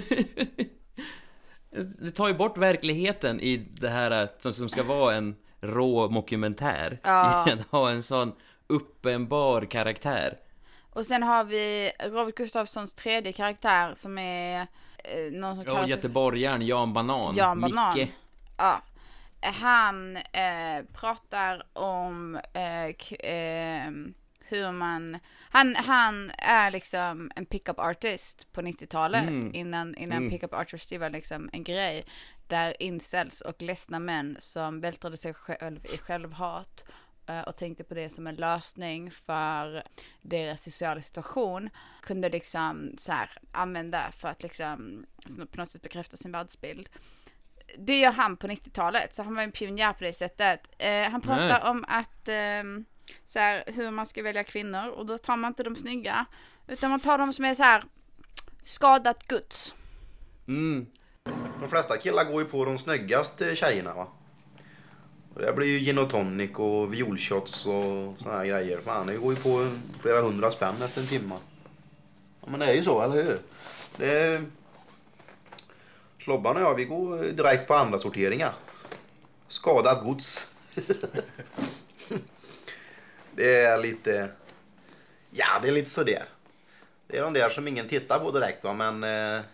Det tar ju bort verkligheten i det här som ska vara en rå dokumentär. Ja. Att ha en sån uppenbar karaktär. Och sen har vi Robert Gustafssons tredje karaktär som är någon som kallas... göteborgaren Jan Banan. Micke. Ja. Han pratar om hur man... Han är liksom en pick-up artist på 90-talet. Innan pick-up artist var liksom en grej. Där incels och ledsna män som vältrade sig själv i självhat och tänkte på det som en lösning för deras sociala situation kunde liksom så här använda för att liksom på något sätt bekräfta sin världsbild. Det gör han på 90-talet, så han var en pionjär på det sättet. Han pratar om att så här, hur man ska välja kvinnor, och då tar man inte de snygga utan man tar de som är så här skadat guds. De flesta killar går ju på de snyggaste tjejerna, va? Och det blir ju gin och tonic och violshots och såna här grejer. Man, det går ju på flera 100 spänn efter en timme. Ja, men det är ju så, eller hur? Det är... Slobban och jag, vi går direkt på andra sorteringar. Skadat gods. Det är lite... Ja, det är lite sådär. Det är de där som ingen tittar på direkt, va? Men...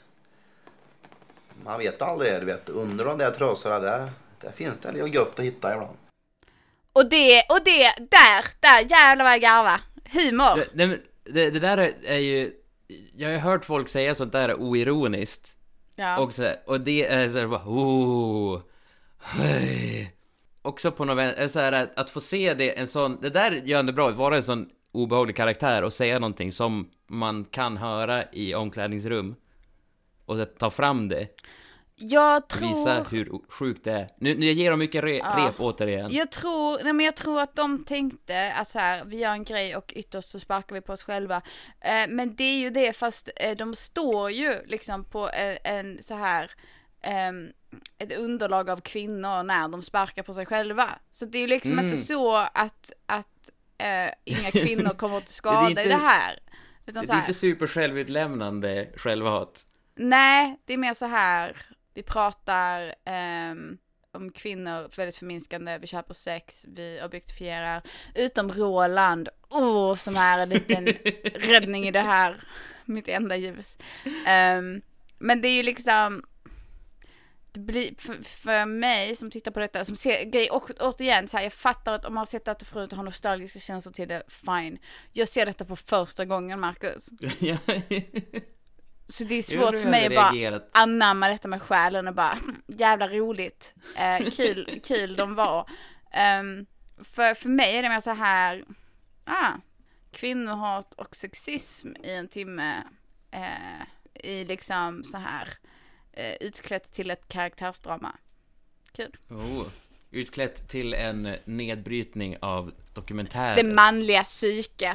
man vet aldrig, du vet. Under de där trösorna där finns det en gött att hitta ibland. Och där jävlar vad jag garva. Humor. Det där är ju... Jag har hört folk säga sånt där oironiskt. Ja. Och det är så här bara... hej. Också på något så här att få se det, en sån... Det där gör det bra, att vara en sån obehaglig karaktär och säga någonting som man kan höra i omklädningsrum. Och ta fram det. Jag tror... Visa hur sjukt det är. Nu jag ger dem mycket rep återigen. Jag tror att de tänkte att så här, vi gör en grej och ytterst så sparkar vi på oss själva. Men det är ju det, fast de står ju liksom på en så här ett underlag av kvinnor när de sparkar på sig själva. Så det är ju liksom inte så att inga kvinnor kommer till skada i det här. Utan det är inte super självutlämnande självhat. Nej, det är mer så här. Vi pratar om kvinnor väldigt förminskande. Vi köper sex, vi objektifierar. Utom Roland. Som är en liten räddning i det här. Mitt enda ljus. Men det är ju liksom... Det blir för mig som tittar på detta, som ser grejer, och återigen så här, jag fattar att om man har sett detta förut och har nostalgiska känslor till det, fine. Jag ser detta på första gången, Marcus. Så det är svårt för mig att bara anamma detta med själen och bara, jävla roligt, kul de var. För mig är det mer så här, kvinnohat och sexism i en timme, i liksom så här utklätt till ett karaktärsdrama. Kul. utklätt till en nedbrytning av dokumentärer. Det manliga psyket.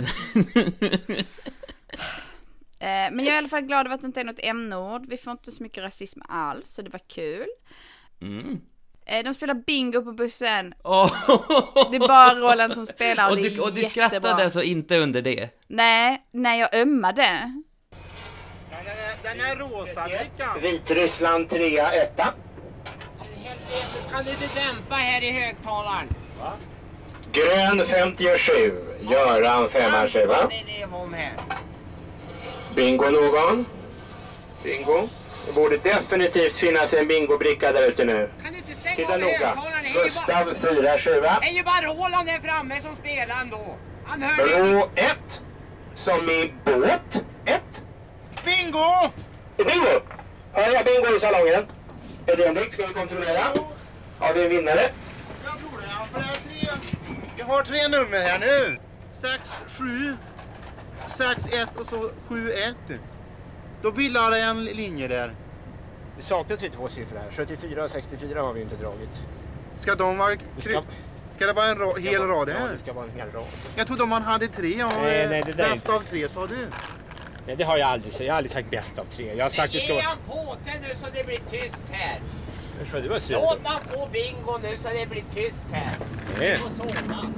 Men jag är i alla fall glad över att det inte är något ämneord. Vi får inte så mycket rasism alls, så det var kul. De spelar bingo på bussen. Det är bara Roland som spelar och det är jättebra. Och du skrattade alltså inte under det? Nej, jag ömmade. Den är rosa, Vickan. Vitryssland 3-1. Helvete, kan du inte dämpa här i högtalaren? Va? Grön 57. Göran 5-7, va? Det är om här. Bingo någon? Bingo. Det borde definitivt finnas en bingobricka där ute nu. Kan du inte stänga Titta av noga. högtalaren? Gustav 4-7. Det är ju bara Roland där framme som spelar ändå. Han hör det. Blå 1. Som i båt 1. Bingo! Bingo! Hör jag bingo i salongen? Ett ögonblick ska vi kontrollera. Har vi en vinnare? Jag tror det, ja. För det är 3. Jag har 3 nummer här nu. 6, 7, 6, 1 och så 7, 1. Då bildar det en linje där. Det saknas ju 2 siffror här. 74 och 64 har vi inte dragit. Ska de vara... Ska det vara en hel rad här? Ja, det ska vara en hel rad. Jag trodde man hade 3 och Nej, det där bäst av 3 sa du. Nej, det har jag aldrig sagt. Jag har aldrig sagt bäst av 3. Jag har sagt det ska vara... Ge han på sig nu så det blir tyst här. Jag tror det var synd. Låt han få bingo nu så det blir tyst här. Nej. Och sova.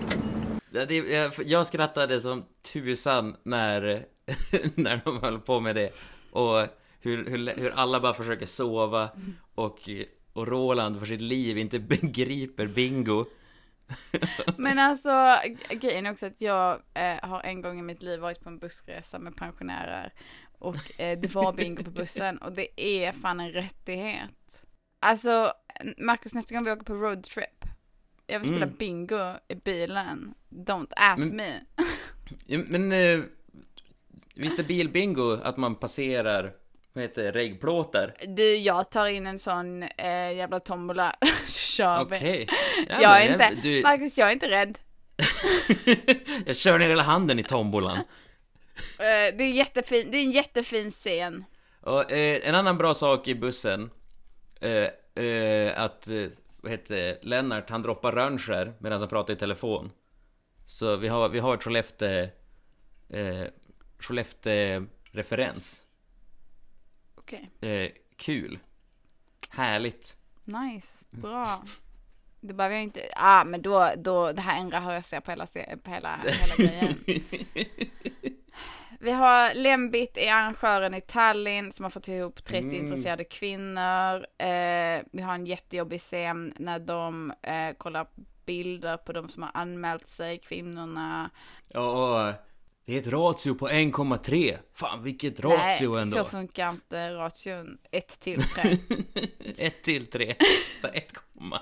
Jag skrattade som tusan när de höll på med det. Och hur alla bara försöker sova. Och Roland för sitt liv inte begriper bingo. Men alltså, grejen är också att jag har en gång i mitt liv varit på en bussresa med pensionärer. Och det var bingo på bussen. Och det är fan en rättighet. Alltså, Marcus, nästa gång vi åker på roadtrip, jag vill spela bingo i bilen. Don't at me. Men visst är bilbingo att man passerar, vad heter det, regplåtar? Du, jag tar in en sån jävla tombola. Kör vi. Okej. Ja, Jag är inte, Marcus, jag är inte rädd. Jag kör ner hela handen i tombolan. Det är en jättefin scen. Och en annan bra sak i bussen, att vad heter Lennart, han droppar rönnskär medan han pratar i telefon. Så vi har Skellefteå referens. Okej. Kul. Härligt. Nice. Bra. Det behöver jag inte. Men då det här ändrar hur jag ser på hela grejen. Vi har Lembit i arrangören i Tallinn som har fått ihop 30 intresserade kvinnor. Vi har en jättejobbig scen när de kollar bilder på de som har anmält sig, kvinnorna. Ja, det är ett ratio på 1,3. Fan, vilket ratio ändå. Nej, så funkar inte ration. 1-3. 1-3. Så 1,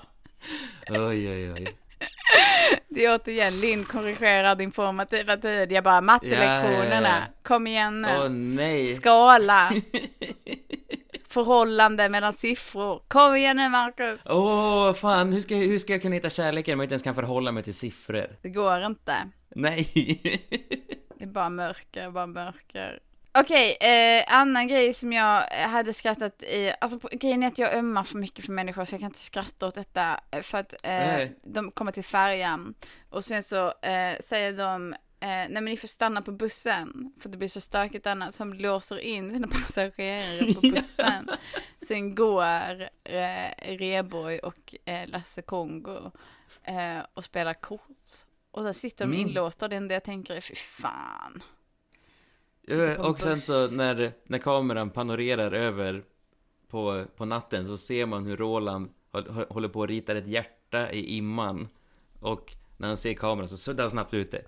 oj. Det är återigen Linn korrigerar din formativa tid. Jag bara, mattelektionerna. Ja. Kom igen nu. Nej. Skala. Förhållande mellan siffror. Kom igen nu, Marcus. Fan. Hur ska jag kunna hitta kärleken om jag inte ens kan förhålla mig till siffror? Det går inte. Nej. Det är bara mörker. Okej, annan grej som jag hade skrattat i, alltså grejen är att jag ömmar för mycket för människor så jag kan inte skratta åt detta för att de kommer till färjan och sen så säger de nej men ni får stanna på bussen för det blir så stökigt annars, som låser in sina passagerare på bussen. Sen går Reboy och Lasse Kongo och spelar kort och där sitter de inlåsta och det enda jag tänker är fy fan. Och sen så när kameran panorerar över på natten så ser man hur Roland håller på att rita ett hjärta i imman. Och när han ser kameran så suddar han snabbt ut det.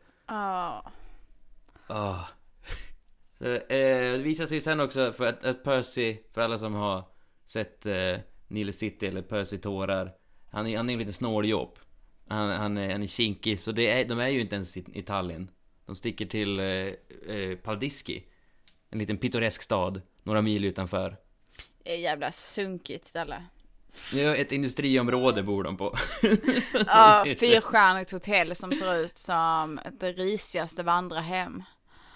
Så, det visar sig sen också för att Percy, för alla som har sett Nile City eller Percy tårar, han är en liten snåljobb. Han är kinkig, så de är ju inte ens i Tallinn. De sticker till Paldiski, en liten pittoresk stad några mil utanför. Det är jävla sunkigt ställe. Ja, ett industriområde bor de på. Ja, 4-stjärnigt hotell som ser ut som det risigaste vandrarhem.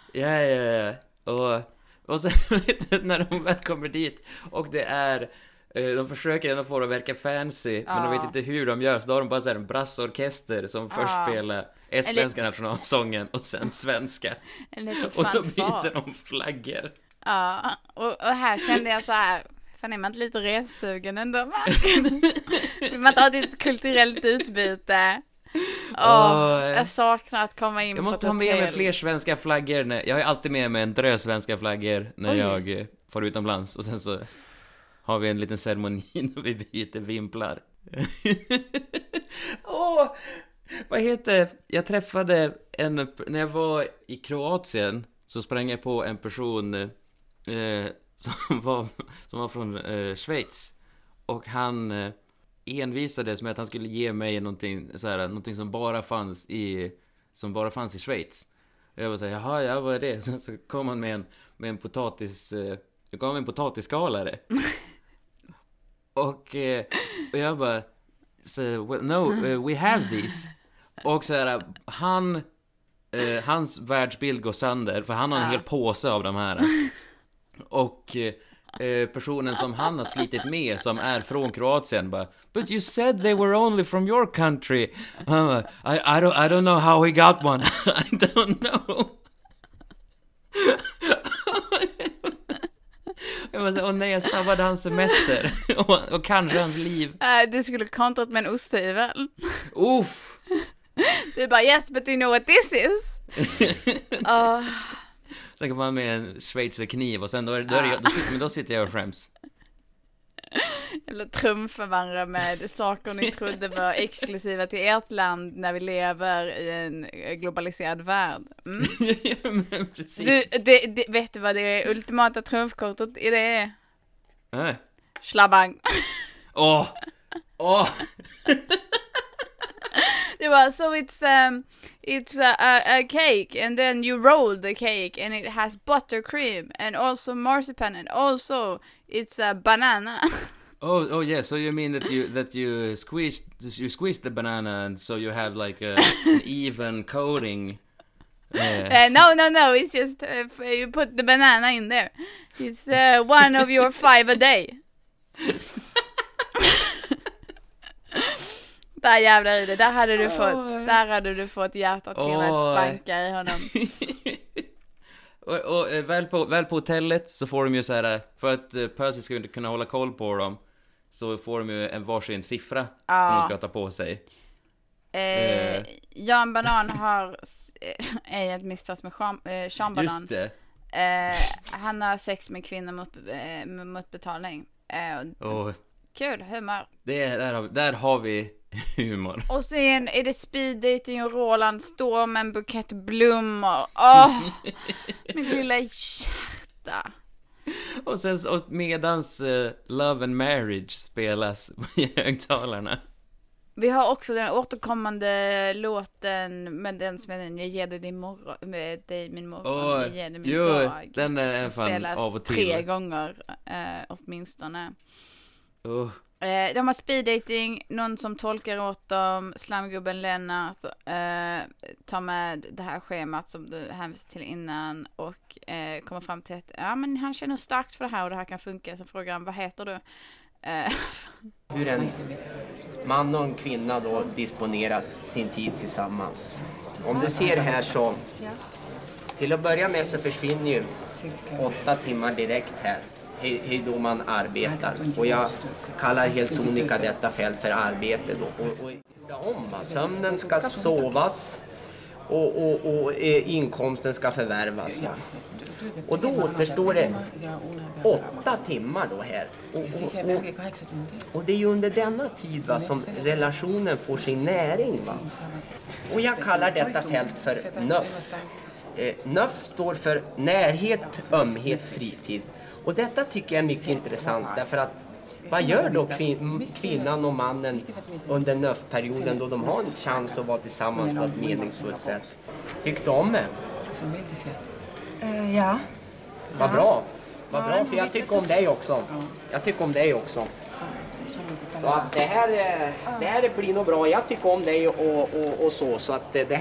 Ja. Och sen när de väl kommer dit och det är De försöker ändå få det att verka fancy, men de vet inte hur de gör. Så då har de bara så här en brassorkester som först spelar estländska nationalsången och sen svenska. Och så byter de flaggor. Ja, och här kände jag så här, fan är man inte lite ressugen ändå? Man tar ett kulturellt utbyte. Jag saknar att komma in på jag måste ha med mig fler svenska flaggor. Jag har alltid med mig en drös svenska flaggor när jag får utomlands. Och sen så har vi en liten ceremoni när vi byter vimplar. Vad heter det? Jag träffade när jag var i Kroatien så sprang jag på en person som var från Schweiz. Och han envisades med att han skulle ge mig någonting som bara fanns i Schweiz. Och jag var så här, jaha, vad är det? Och sen så kom han med en potatisskalare. och jag bara we have these. Och så här, hans världsbild går sönder för han har en hel påse av de här. Och personen som han har slitit med som är från Kroatien bara, but you said they were only from your country. I don't know how he got one. I don't know. Jag var så, nej, jag sabbade hans semester och kanske hans liv. Du skulle kontrat med en osthyvel. Uff. Det är bara, yes, but you know what this is? Sen kan man med en schweizerkniv och sen då sitter jag och skäms. Eller trumfa varandra med saker ni trodde var exklusiva till ert land när vi lever i en globaliserad värld. Ja, men precis. Vet du vad det ultimata trumfkortet i det är? Nej. Schlabang. Åh. Det var so it's a cake and then you roll the cake and it has buttercream and also marzipan and also it's a banana. Oh yeah, so you mean that you squeeze the banana and so you have like an even coating. No, it's just you put the banana in there. It's one of your 5 a day. Där jävlar i det. Där hade du fått hjärtat till att banka i honom. och väl på hotellet så får de ju så här, för att Percy ska kunna hålla koll på dem, så får de ju en varsin siffra som de ska ta på sig. Jan Banan är ett misstag med Sean Banan. Just det. Han har sex med kvinnor mot betalning. Kul, humor. Där har vi humor. Och sen är det speed dating och Roland står med en bukett blommor. Mitt lilla hjärta. Och sen medans Love and Marriage spelas i högtalarna. Vi har också den återkommande låten med den som heter Jag ger dig din morgon, med dig min morgon, jag ger dig min dag. Den är som spelas av och till 3 gånger åtminstone. De har speed dating, någon som tolkar åt dem, slamgubben Lennart tar med det här schemat som du hänvisade till innan och kommer fram till att men han känner starkt för det här och det här kan funka. Så frågar han, vad heter du? Hur en man och en kvinna då disponerat sin tid tillsammans. Om du ser här så till att börja med så försvinner ju 8 timmar direkt här. Hej då man arbetar. Och jag kallar helt sonika detta fält för arbete då. Och sömnen ska sovas och inkomsten ska förvärvas. Va? Och då återstår det 8 timmar då här. Och det är ju under denna tid va, som relationen får sin näring. Va? Och jag kallar detta fält för NÖF. NÖF står för närhet, ömhet, fritid. Och detta tycker jag är mycket intressant därför att vad gör då kvinnan och mannen under NÖF-perioden då de har en chans att vara tillsammans på ett meningsfullt sätt? Tyckte om det? Ja. Vad bra. Vad bra, för jag tycker om dig också. Jag tycker om dig också. Så att det här blir nog bra. Jag tycker om dig och så. Så att det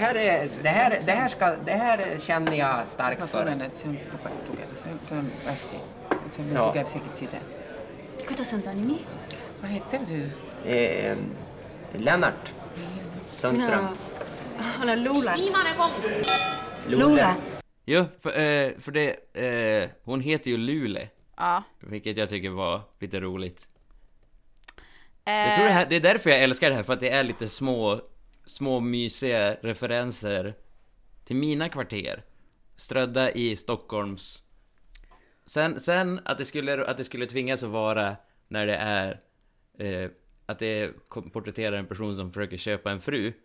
här känner jag starkt för. Ja. Vad heter du? Lennart Sundström. Lola. Lola. Jo, för det... hon heter ju Lule. Ja. Vilket jag tycker var lite roligt. Jag tror det är därför jag älskar det här. För att det är lite små mysiga referenser till mina kvarter. Strödda i Stockholms... Sen att det skulle tvingas att vara när det är... att det porträtterar en person som försöker köpa en fru.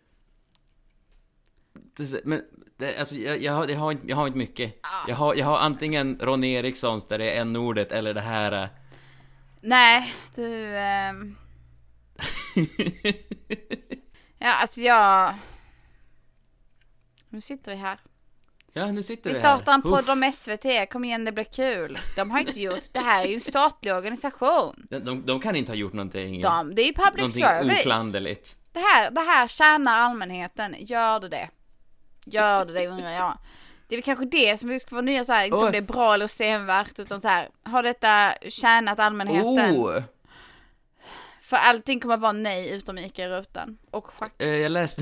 Men alltså, jag har inte mycket. Jag har antingen Ronny Erikssons där det är n-ordet eller det här. Nej, du... Ja, alltså nu sitter vi här. Ja, nu sitter vi vi startar här. en podd om SVT. Kom igen, det blir kul. De har inte gjort... Det här är ju en statlig organisation. De kan inte ha gjort någonting... Det är ju public service. Oklanderligt. Det här tjänar allmänheten. Gör det undrar jag. Det är väl kanske det som vi ska vara nya så här, inte om det är bra eller senvärt, utan så här, har detta tjänat allmänheten? För allting kommer att vara nej utom Ica i rutan och schack. Jag läste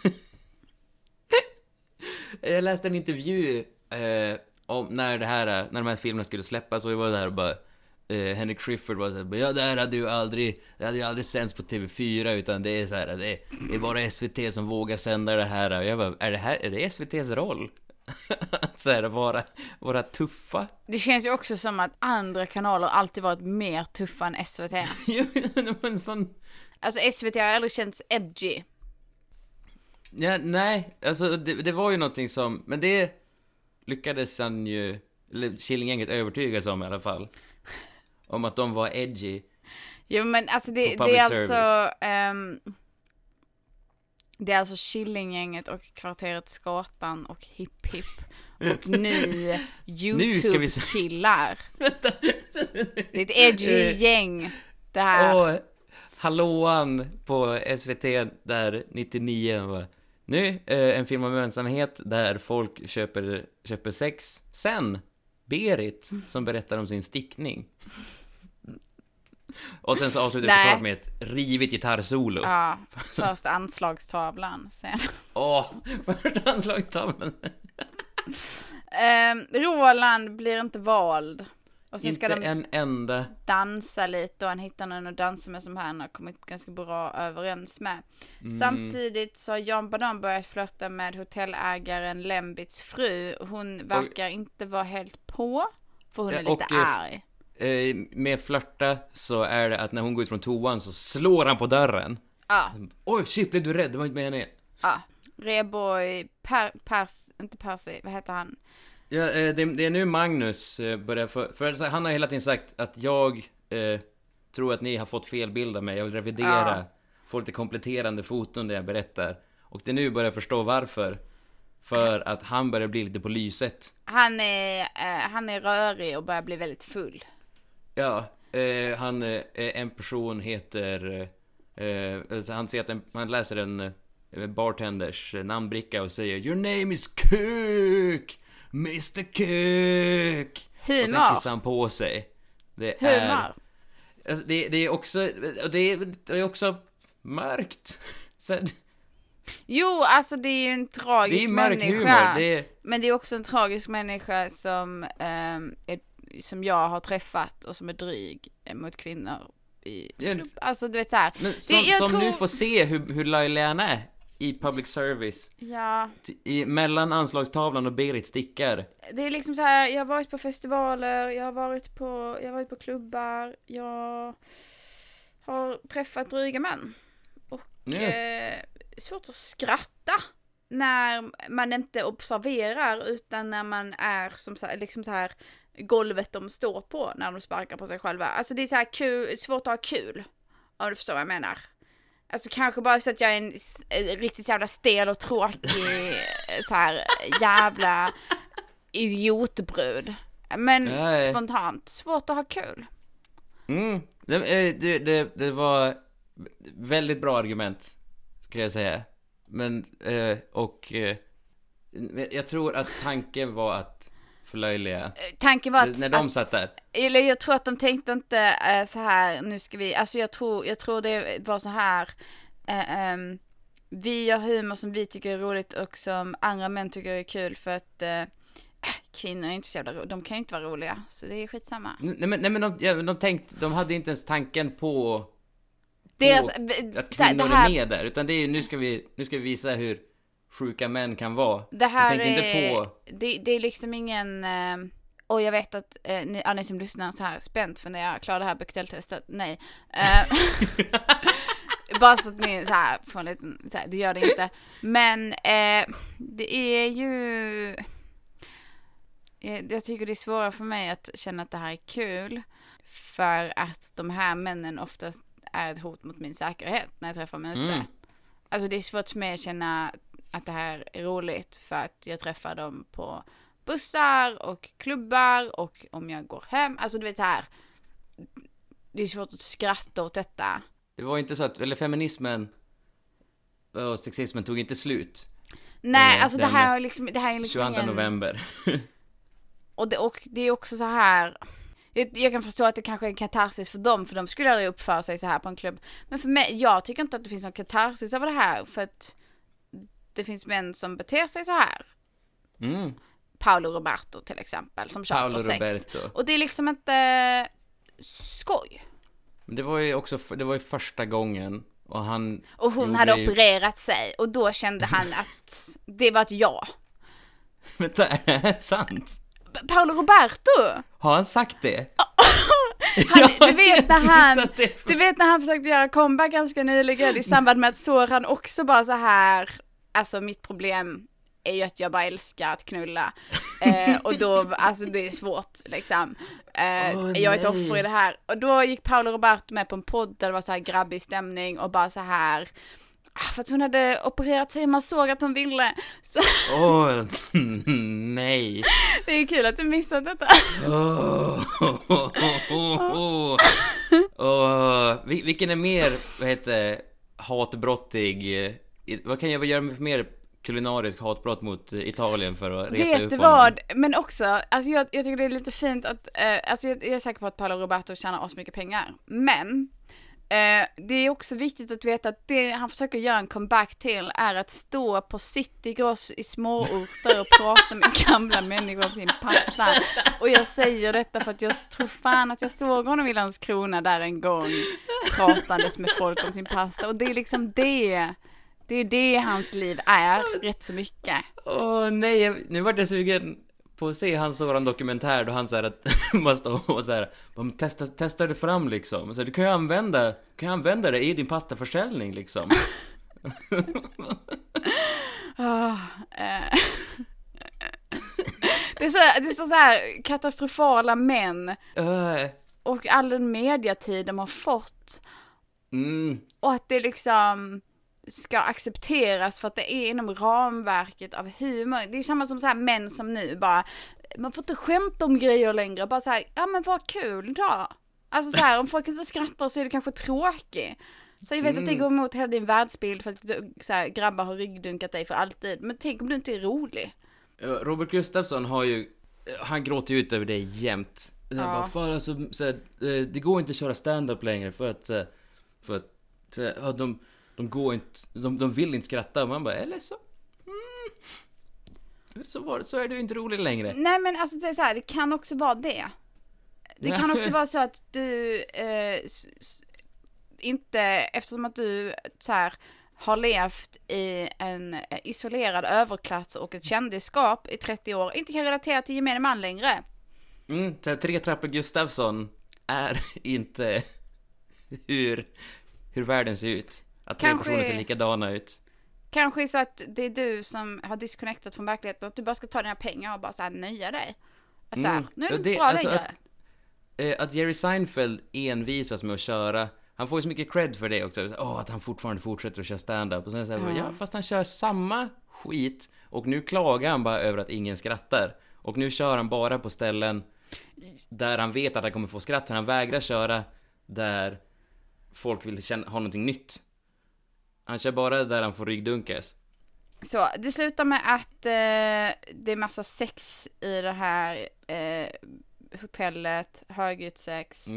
en intervju om när de här filmerna skulle släppas, och jag var där och bara Henrik Schyffert var såhär, ja, det hade ju aldrig sänds på TV4, utan det är så här, det är bara SVT som vågar sända det här. Och jag bara, är det SVT:s roll? Att så här, vara tuffa. Det känns ju också som att andra kanaler alltid varit mer tuffa än SVT. Alltså SVT har aldrig känts edgy. Ja, nej, alltså det var ju någonting som, men det lyckades han ju, eller Killinggänget övertygas om i alla fall, om att de var edgy. Ja, men alltså det är alltså det är alltså Killinggänget och Kvarteret Skatan och Hipp Hipp och nu YouTube-killar. Det är ett edgy gäng det här. Hallåan på SVT där 99 var. Nu en film om ensamhet där folk köper sex. Sen Berit som berättar om sin stickning. Och sen så avslutar det såklart med ett rivigt gitarrsolo. Ja, först anslagstavlan sen. Först anslagstavlan. Roland blir inte vald. Och sen ska inte de en enda dansa lite, och han hittar någon att dansa med som han har kommit ganska bra överens med. Samtidigt så har Jan Banan börjat flirta med hotellägaren Lembits fru. Hon verkar inte vara helt på, för hon är lite arg. Med flirta så är det att när hon går ut från toan så slår han på dörren. Oj, shit, blev du rädd? Det var inte meningen. Reboy inte Percy, vad heter han? Ja, det är nu Magnus börjar för han har hela tiden sagt att jag tror att ni har fått fel bild av mig. Jag vill revidera, få lite kompletterande foton där jag berättar. Och det nu börjar förstå varför. För att han börjar bli lite på lyset. Han är rörig och börjar bli väldigt full. Ja, en person heter han säger att man läser en bartenders namnbricka och säger "Your name is Kuk, Mr. Kuk." Humor. Och sen kissar han på sig. Det är alltså, det är också det är också mörkt. Så, jo, alltså det är ju en tragisk människa. Men det är också en tragisk människa som jag har träffat och som är dryg mot kvinnor i klubb. Alltså du vet så här. Som nu får se hur löjlig är i public service. Ja. Mellan anslagstavlan och Berit stickar. Det är liksom så här, jag har varit på festivaler, jag har varit på klubbar, jag har träffat dryga män. Och svårt att skratta när man inte observerar, utan när man är som så här, liksom så här golvet de står på när de sparkar på sig själva. Alltså det är så här kul, svårt att ha kul, om du förstår vad jag menar. Alltså kanske bara så att jag är en riktigt jävla stel och tråkig så här jävla idiotbrud. Men spontant svårt att ha kul. Det var väldigt bra argument, ska jag säga. Men jag tror att tanken var att förlöjliga. Tanken var att... När de satt där. Eller jag tror att de tänkte inte så här, nu ska vi... Alltså jag tror det var så här... vi gör humor som vi tycker är roligt och som andra män tycker är kul för att... kvinnor är inte så jävla roliga. De kan ju inte vara roliga. Så det är skitsamma. Nej men de hade inte ens tanken på att kvinnor är med där. Utan det är nu ska vi visa hur sjuka män kan vara. Det här är... Inte på... det är liksom ingen... och jag vet att ni som lyssnar så här spänt för när jag klarar det här Bechdel-testet. Nej. Bara så att ni så här får en liten... Så här, det gör det inte. Men det är ju... Jag tycker det är svårare för mig att känna att det här är kul. För att de här männen oftast är ett hot mot min säkerhet när jag träffar dem ute. Alltså det är svårt för mig att känna att det här är roligt. För att jag träffar dem på bussar och klubbar. Och om jag går hem. Alltså du vet så här. Det är svårt att skratta åt detta. Det var inte så att... Eller feminismen och sexismen tog inte slut. Nej, alltså det här är liksom 22 november. Och det är också så här... Jag kan förstå att det kanske är en katarsis för dem. För de skulle aldrig uppföra sig så här på en klubb. Men för mig, jag tycker inte att det finns någon katarsis över det här. För att det finns män som beter sig så här. Paolo Roberto till exempel. Som köper sex. Och det är liksom inte skoj. Men det var ju första gången. Och hon hade opererat sig. Och då kände han att det var ett ja. Men det är sant. Paolo Roberto. Har han sagt det? Du vet när han försökte göra comeback ganska nyligen i samband med att Soran också bara så här, alltså mitt problem är ju att jag bara älskar att knulla. Och då, alltså det är svårt liksom. Jag är ett offer i det här. Och då gick Paolo Roberto med på en podd där det var så här grabbig stämning och bara så här... För att hon hade opererat sig och man såg att hon ville. Så... nej. Det är kul att du missat detta. Vilken är mer, hatbrottig? Vad kan jag göra med mer kulinarisk hatbrott mot Italien för att reta upp honom? Vet du vad? Men också, alltså jag tycker det är lite fint att, alltså jag är säker på att Paolo Roberto tjänar oss mycket pengar. Men... det är också viktigt att veta att det han försöker göra en comeback till är att stå på Citygross i småorter och prata med gamla människor om sin pasta. Och jag säger detta för att jag tror fan att jag såg honom i Landskrona där en gång pratandes med folk om sin pasta. Och det är liksom det är det hans liv är rätt så mycket. Nej, nu var det sugen på att se hans sådan dokumentär då han så här att man står och så här, testar det fram liksom. Så du kan ju använda det i din pastaförsäljning liksom. Det är så här katastrofala män. Och all den mediatid de har fått. Och att det liksom ska accepteras för att det är inom ramverket av humor. Det är samma som så här män som nu bara, man får inte skämta om grejer längre. Bara så här, ja men vad kul då. Alltså så här, om folk inte skrattar så är det kanske tråkigt. Så jag vet att det går emot hela din världsbild för att så här, grabbar har ryggdunkat dig för alltid. Men tänk om du inte är rolig. Robert Gustafsson han gråter ut över det jämt. Ja. Bara, alltså, det går inte att köra stand-up längre för att de går inte, de vill inte skratta. Och man bara, eller så så är du inte rolig längre. Nej men alltså det är så här, det kan också vara det. Det kan också vara så att du inte, eftersom att du så här har levt i en isolerad överklass och ett kändisskap i 30 år, inte kan relatera till gemene man längre. Så här, 3 trappor Gustafsson är inte hur världen ser ut. Att 3 personer ser likadana ut. Kanske så att det är du som har disconnectat från verkligheten, att du bara ska ta dina pengar och bara så här nöja dig. Att så här, nu är det bra alltså längre. Att Jerry Seinfeld envisas med att köra, han får ju så mycket cred för det också. Att han fortfarande fortsätter att köra stand-up. Och sen säger ja, fast han kör samma skit. Och nu klagar han bara över att ingen skrattar. Och nu kör han bara på ställen där han vet att han kommer få skratt. Han vägrar köra där folk vill ha någonting nytt. Han kör bara där han får ryggdunkas. Så det slutar med att det är massa sex i det här hotellet, högljutt sex.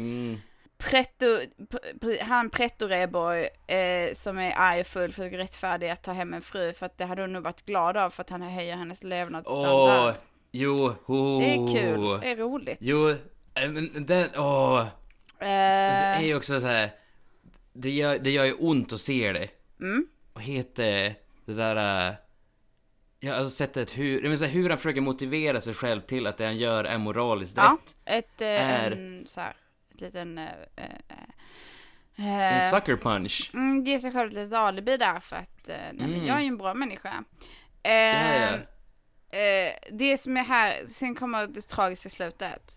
Pretto Reboy som är arg och full för att rättfärdig att ta hem en fru, för att det hade hon nog varit glad av, för att han höjer hennes levnadsstandard. Det är kul, det är roligt. Men den, det är ju också så här. Det gör ju ont att se det. Vad heter det där? Jag har alltså sett hur han försöker motivera sig själv till att det han gör är moraliskt rätt. En liten en sucker punch. Ge sig själv ett litet alibi där, för att men jag är ju en bra människa. Det som är här, sen kommer det tragiska slutet.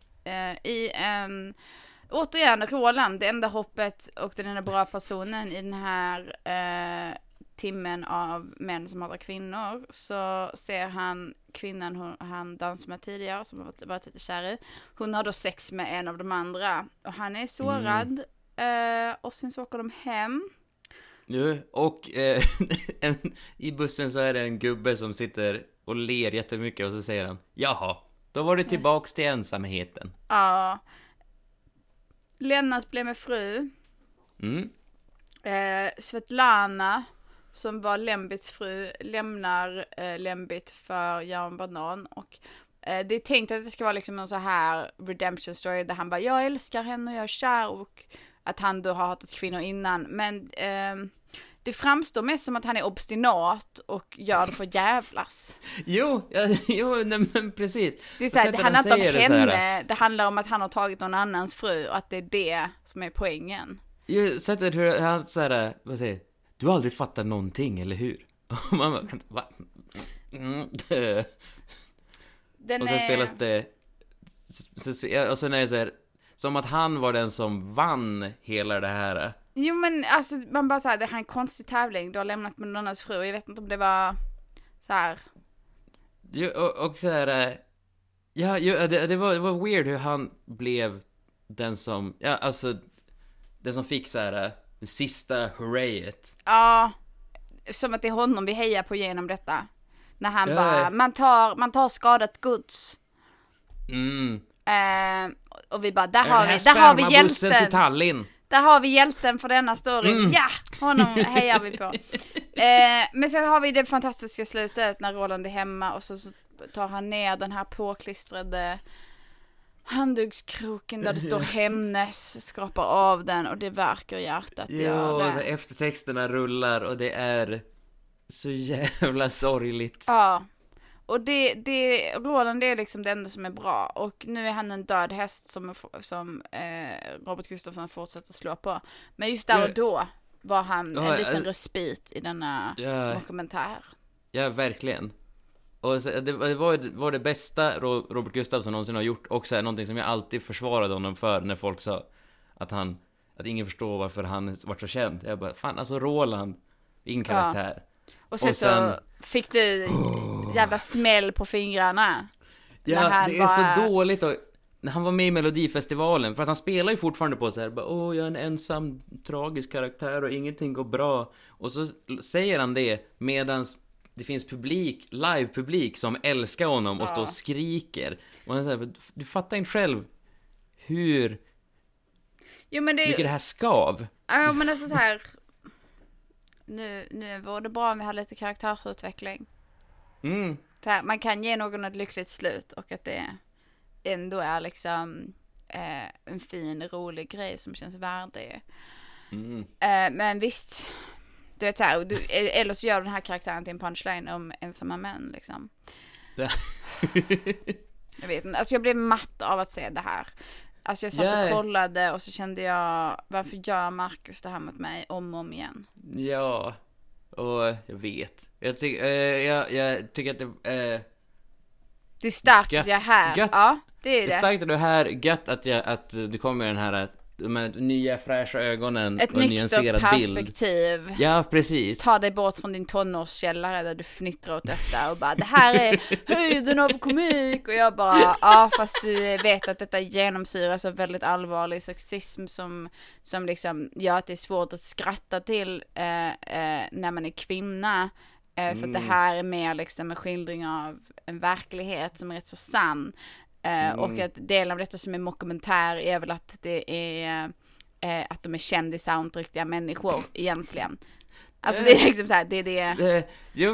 Återigen Roland, det enda hoppet och den enda bra personen i den här timmen av män som hatar kvinnor, så ser han kvinnan han dansade med tidigare, som har varit lite kär i. Hon har då sex med en av de andra och han är sårad. Och sen så åker de hem. Och i bussen så är det en gubbe som sitter och ler jättemycket, och så säger han: jaha, då var det tillbaks till ensamheten. Ja. Lennart blev med fru. Svetlana, som var Lembits fru, lämnar Lembit för Jan Banan. Och det är tänkt att det ska vara liksom en så här redemption story där han bara, jag älskar henne och jag är kär, och att han då har hatat kvinnor innan. Men det framstår mest som att han är obstinat och gör det för jävlas. Jo, nej, men precis. Det är så här, det handlar inte om henne, det handlar om att han har tagit någon annans fru, och att det är det som är poängen. Sättet hur han såhär, vad säger, du har aldrig fattat någonting, eller hur? Och man bara, vänta, va? Och sen spelas det, och sen är det så här, som att han var den som vann hela det här. Jo, men alltså man bara såhär, det här är en konstig tävling, du har lämnat med någon annans fru, jag vet inte om det var så här. Jo, och så här, det var weird hur han blev den som, alltså den som fick så här det sista hurrayet. Ja, som att det är honom vi hejar på genom detta. När han bara, man tar skadat gods. Och vi bara, där har vi hjälten till Tallinn. Där har vi hjälten för denna story. Ja, honom hejar vi på. Men sen har vi det fantastiska slutet när Roland är hemma, och så tar han ner den här påklistrade handdukskroken där det står Hemnes, skrapar av den, och det verkar i hjärtat. Ja, så eftertexterna rullar och det är så jävla sorgligt. Ja. Och Roland är liksom det enda som är bra. Och nu är han en död häst som Robert Gustafsson fortsätter slå på. Men just där och då var han en liten respit i denna dokumentär. Ja, verkligen. Och det var det bästa Robert Gustafsson någonsin har gjort. Och så här, någonting som jag alltid försvarade honom för när folk sa att ingen förstår varför han varit så känd. Jag bara, fan, alltså Roland, ingen karaktär. Och sen så fick du jävla smäll på fingrarna. Ja, det är så dåligt. Och när han var med i Melodifestivalen, för att han spelar ju fortfarande på så här, jag är en ensam tragisk karaktär och ingenting går bra. Och så säger han det medans det finns live-publik som älskar honom och står och skriker. Och han säger, du fattar inte själv hur mycket det här skav. Ja, men alltså så här, nu var det bra om vi hade lite karaktärsutveckling. Så här, man kan ge någon ett lyckligt slut, och att det ändå är liksom en fin, rolig grej som känns värdig. Men visst, du vet så här, eller så gör den här karaktären till en punchline om ensamma män liksom. Jag vet inte, alltså jag blev matt av att se det här. Alltså jag satt och kollade, och så kände jag, varför gör Marcus det här mot mig om och om igen? Ja, och jag vet. Jag tycker att det är starkt att jag är här. Gött. Ja, det är det. Det är starkt att du är här. Gött att du kommer med den här med nya fräscha ögonen ett och nyanserad bild. Ett nyktert perspektiv. Ja, precis. Ta dig bort från din tonårskällare där du fnittrar åt detta och bara, det här är höjden av komik. Och jag bara, ja, fast du vet att detta genomsyras av väldigt allvarlig sexism som liksom gör att det är svårt att skratta till när man är kvinna. För att det här är mer liksom en skildring av en verklighet som är rätt så sann. Och att delen av detta som är mockumentär är väl att det är att de är kändisar och inte riktiga människor egentligen. Alltså det är liksom så här, det är det.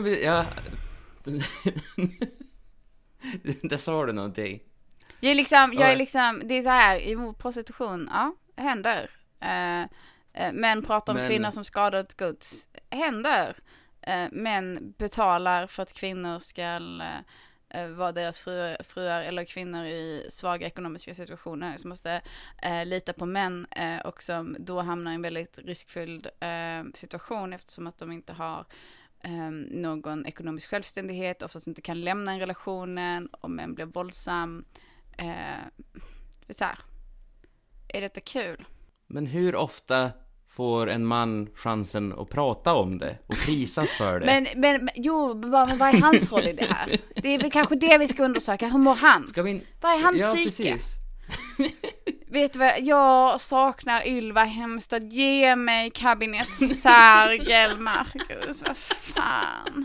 Där sa du någonting. Jag är liksom, det är så här, prostitution, ja, händer. Män pratar om kvinnor som skadat gods, händer. Män betalar för att kvinnor ska vara deras fruar eller kvinnor i svaga ekonomiska situationer som måste lita på män och som då hamnar i en väldigt riskfylld situation eftersom att de inte har någon ekonomisk självständighet, oftast inte kan lämna en relationen och män blir våldsam. Så här. Är detta kul? Men hur ofta får en man chansen att prata om det och prisas för det? Men vad är hans roll i det här? Det är väl kanske det vi ska undersöka. Hur mår han? Vad är hans psyke? Precis. Vet du vad? Jag saknar Ylva Hemstad. Ge mig kabinett Sergel, Marcus. Vad fan?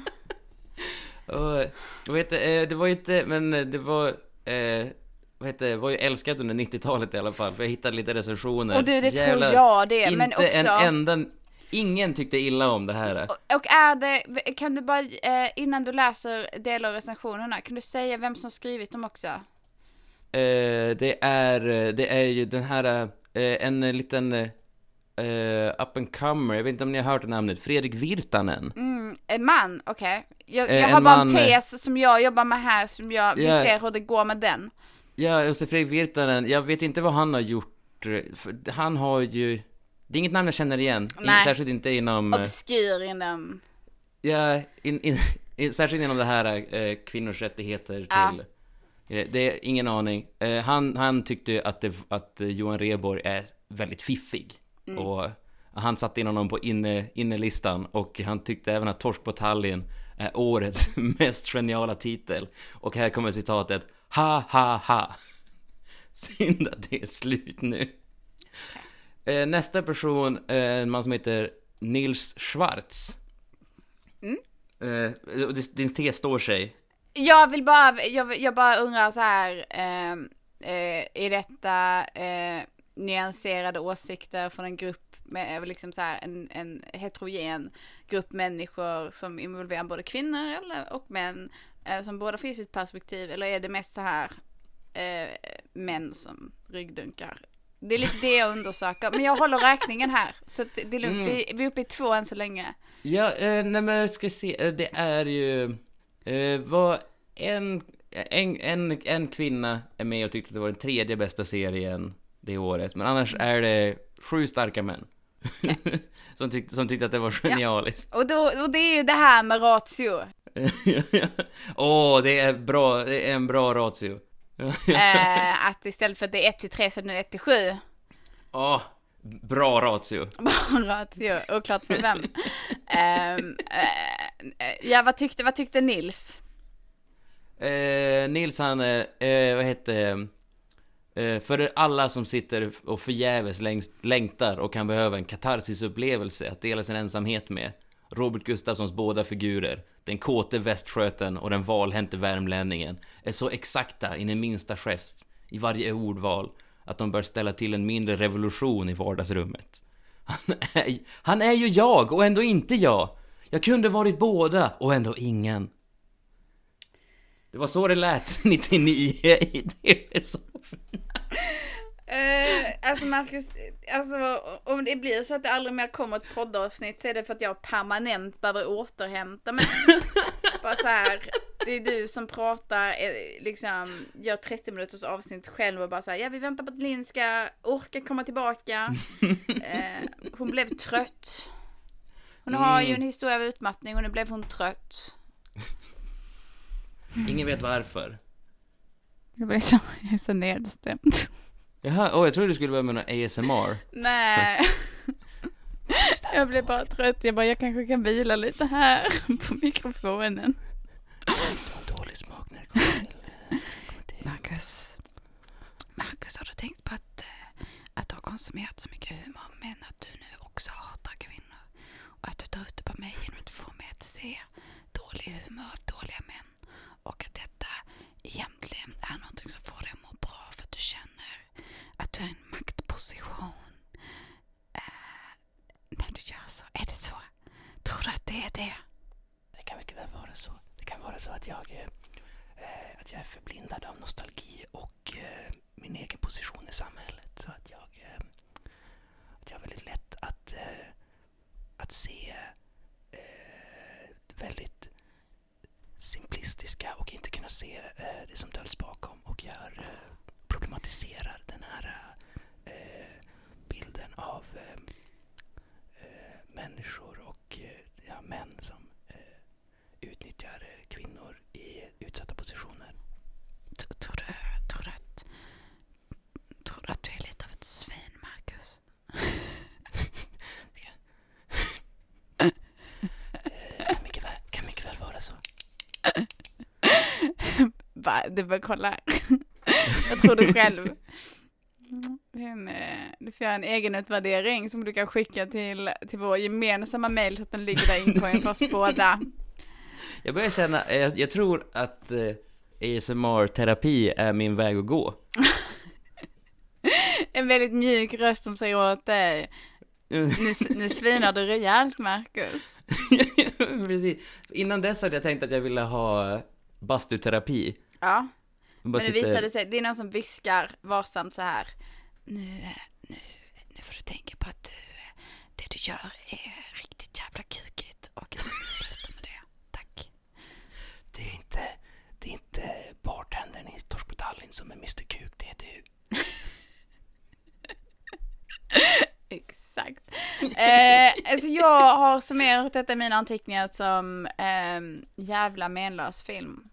Det var inte, men det var... det var ju älskat under 90-talet i alla fall, för jag hittade lite recensioner. Och det tror jag det, men också... Inte en enda... Ingen tyckte illa om det här. Och är det... Kan du bara, innan du läser delar av recensionerna, kan du säga vem som skrivit dem också? Det är ju den här... en liten... up and comer, jag vet inte om ni har hört namnet, Fredrik Virtanen. En man, okej. Jag har bara en tes som jag jobbar med här, som vi ser hur det går med den. Ja, just det, Fredrik Virtanen, jag vet inte vad han har gjort, för han har ju, det är inget namn jag känner igen. Nej. Särskilt inte inom... Obskyr inom... Ja, särskilt inom det här kvinnors rättigheter till... Det är ingen aning. Han tyckte att Johan Rheborg är väldigt fiffig. Och han satte in honom på innelistan. Och han tyckte även att Torsk på Tallinn är årets mest geniala titel. Och här kommer citatet: ha ha ha. Synd att det är slut nu. Nästa person, en man som heter Nils Schwartz. Din tes står sig. Jag bara undrar så här, är detta nyanserade åsikter från en grupp med liksom så här en heterogen grupp människor som involverar både kvinnor och män som båda får sitt perspektiv, eller är det mest så här män som ryggdunkar? Det är lite det jag undersöker, men jag håller räkningen här, så att det är lugnt. Vi är uppe i 2 än så länge. Ja, nej men jag ska se, det är ju vad en kvinna är med och tyckte att det var den 3:e bästa serien det året, men annars är det 7 starka män. som tyckte att det var genialiskt. Ja. Och det är ju det här med ratio. Det är bra, det är en bra ratio. Att istället för att det är 1-3 så är det nu 1-7. Bra ratio. Bra ratio, oklart för vem. Ja, vad tyckte Nils? Nils han, vad hette... för alla som sitter och förgäves längtar och kan behöva en katarsisupplevelse att dela sin ensamhet med. Robert Gustafssons båda figurer, den kåte västsköten och den valhänte värmlänningen, är så exakta in i minsta gest, i varje ordval, att de bör ställa till en mindre revolution i vardagsrummet. Han är ju jag och ändå inte jag. Jag kunde varit båda och ändå ingen. Det var så det lät 99 i TV. Alltså Marcus, om det blir så att det aldrig mer kommer ett poddavsnitt, så är det för att jag permanent behöver återhämta mig. Bara så här, det är du som pratar, liksom gör 30 minuters avsnitt själv och bara så här, ja, vi väntar på att Linn ska orka komma tillbaka. Hon blev trött. Hon har ju en historia av utmattning och nu blev hon trött. Ingen vet varför. Jag är så nedstämd. Jaha, jag tror du skulle börja med någon ASMR. Nej. Jag blev bara trött. Jag kanske kan vila lite här på mikrofonen. Dålig smak när det kommer till. Marcus, har du tänkt på att du har konsumerat så mycket humor, men att du nu också hatar kvinnor? Och att du tar ut det på mig genom att få mig att se du att det är det? Det kan mycket väl vara så. Det kan vara så att jag är förblindad av nostalgi och min egen position i samhället. Så att jag har väldigt lätt att se väldigt simplistiska och inte kunna se det som döljs bakom. Och jag problematiserar den här bilden av människor och män som utnyttjar kvinnor i utsatta positioner. Tror du att du är lite av ett svin, Marcus? Kan mycket väl vara så. Du bara kolla. Jag tror du själv. Du får göra en egen utvärdering som du kan skicka till vår gemensamma mail så att den ligger där inne för oss båda. Jag börjar känna, jag tror att ASMR-terapi är min väg att gå. En väldigt mjuk röst som säger åt dig. Nu svinar du rejält, Marcus. Precis. Innan dess hade jag tänkt att jag ville ha bastuterapi. Ja. Men det visade sig, det är någon som viskar varsamt så här. Nu får du tänka på att det du gör är riktigt jävla kukigt och att du ska sluta med det. Tack. Det är inte bartendern i Torsby Tallinn som är Mr. Kuk, det är du. Exakt. Alltså jag har summerat detta i mina anteckningar som jävla menlös film.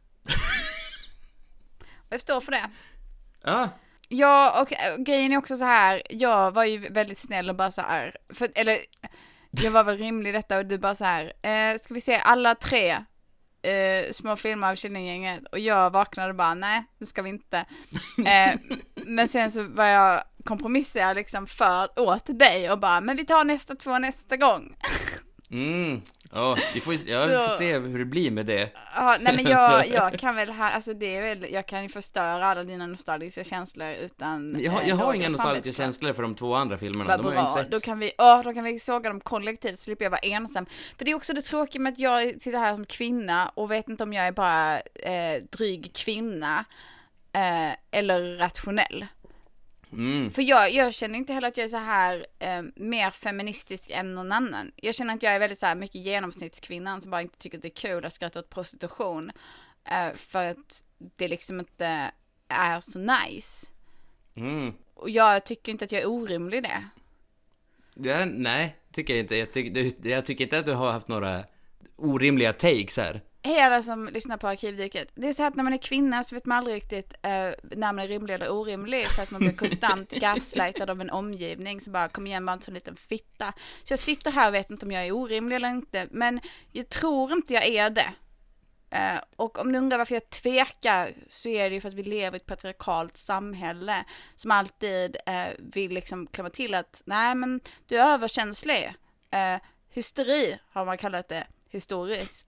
Och jag står för det. Ja. Ja, och grejen är också så här. Jag var ju väldigt snäll och bara så här. Jag var väl rimlig i detta och du bara så här. Ska vi se alla 3 små filmer av Killinggänget. Och jag vaknade och bara, nej, det ska vi inte. Men sen så var jag kompromissad liksom åt dig och bara, men vi tar nästa 2 nästa gång. Ja, vi får se hur det blir med det. Ja, nej men jag kan väl alltså det är väl, jag kan ju förstöra alla dina nostalgiska känslor utan jag har inga nostalgiska känslor för de 2 andra filmerna. De har jag inte sett. Då kan vi såga dem kollektivt så slipper jag vara ensam. För det är också det tråkiga med att jag sitter här som kvinna och vet inte om jag är bara dryg kvinna eller rationell. För jag känner inte heller att jag är så här mer feministisk än någon annan. Jag känner att jag är väldigt så här mycket genomsnittskvinnan som bara inte tycker att det är kul att skratta åt prostitution. För att det liksom inte är så nice. Och jag tycker inte att jag är orimlig i det. Ja, nej, tycker jag inte. Jag tycker inte att du har haft några orimliga takes här. Hej alla som lyssnar på Arkivdyket. Det är så här att när man är kvinna så vet man aldrig riktigt när man är rimlig eller orimlig. För att man blir konstant gaslightad av en omgivning. Så bara, kom igen, bara en sån liten fitta. Så jag sitter här och vet inte om jag är orimlig eller inte. Men jag tror inte jag är det. Och om du undrar varför jag tvekar så är det ju för att vi lever i ett patriarkalt samhälle som alltid vill liksom klämma till att nej men du är överkänslig. Hysteri har man kallat det historiskt.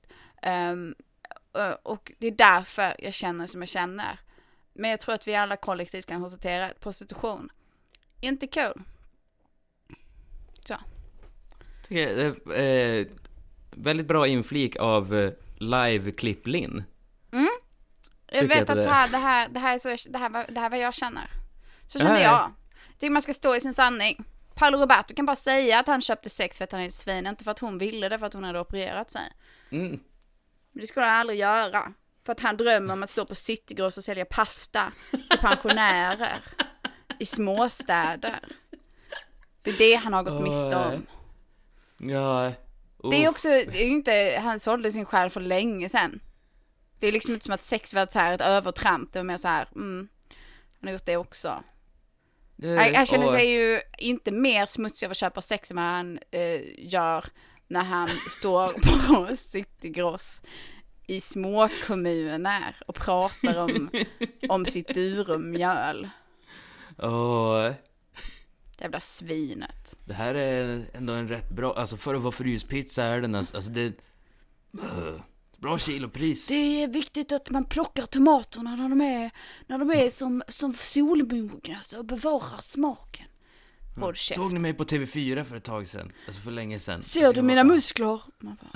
Och det är därför jag känner som jag känner. Men jag tror att vi alla kollektivt kan konstatera att prostitution är inte kul. Så. Det är väldigt bra inflik av live-klipp Linn. Jag vet att det här är vad jag känner. Så känner jag. Jag tycker man ska stå i sin sanning. Paolo Roberto kan bara säga att han köpte sex för att han är ett svin, inte för att hon ville det, för att hon hade opererat sig. Men det skulle han aldrig göra. För att han drömmer om att stå på Citygross och sälja pasta till pensionärer i småstäder. Det är det han har gått miste om. Ja. Det är ju inte, han sålde sin själ för länge sedan. Det är liksom inte som att sex var så här ett övertramp. Det var mer så här, han har gjort det också. Han känner sig ju inte mer smutsig av att köpa sex än han gör när han står på Citygross i små kommuner och pratar om sitt durumjöl. Jävla svinet. Det här är ändå en rätt bra, alltså för att vara fryspizza är den alltså det bra kilopris. Det är viktigt att man plockar tomaterna när de är som solmogna så bevarar smaken. Håll käft. Såg ni mig på TV4 för ett tag sedan? Alltså för länge sedan. Ser du mina muskler? Man bara...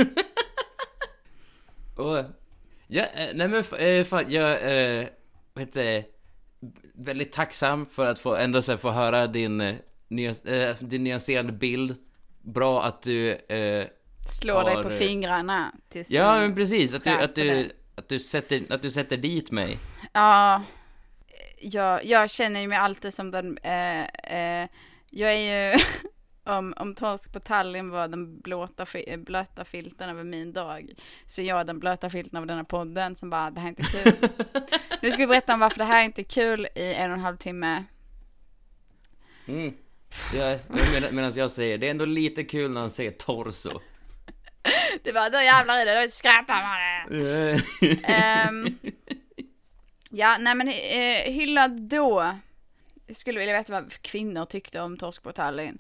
Och, ja, nej men fan, jag vet det, väldigt tacksam för att få ändå så här, få höra din nyanserade bild. Bra att du slår dig på fingrarna tills ja, men precis, att du sätter dit mig. Ja, jag känner ju mig alltid som den jag är ju om Torsk på Tallinn var den blöta filten över min dag, så jag är den blöta filten av den här podden som bara, det här är inte kul. Nu ska vi berätta om varför det här är inte kul i 1,5 timme. Ja, medan jag säger, det är ändå lite kul när han säger torso. Det var då jävlar i det, då skrattar man. Ja, nej men hylla då. Jag skulle vilja veta vad kvinnor tyckte om Torsk på Tallinn.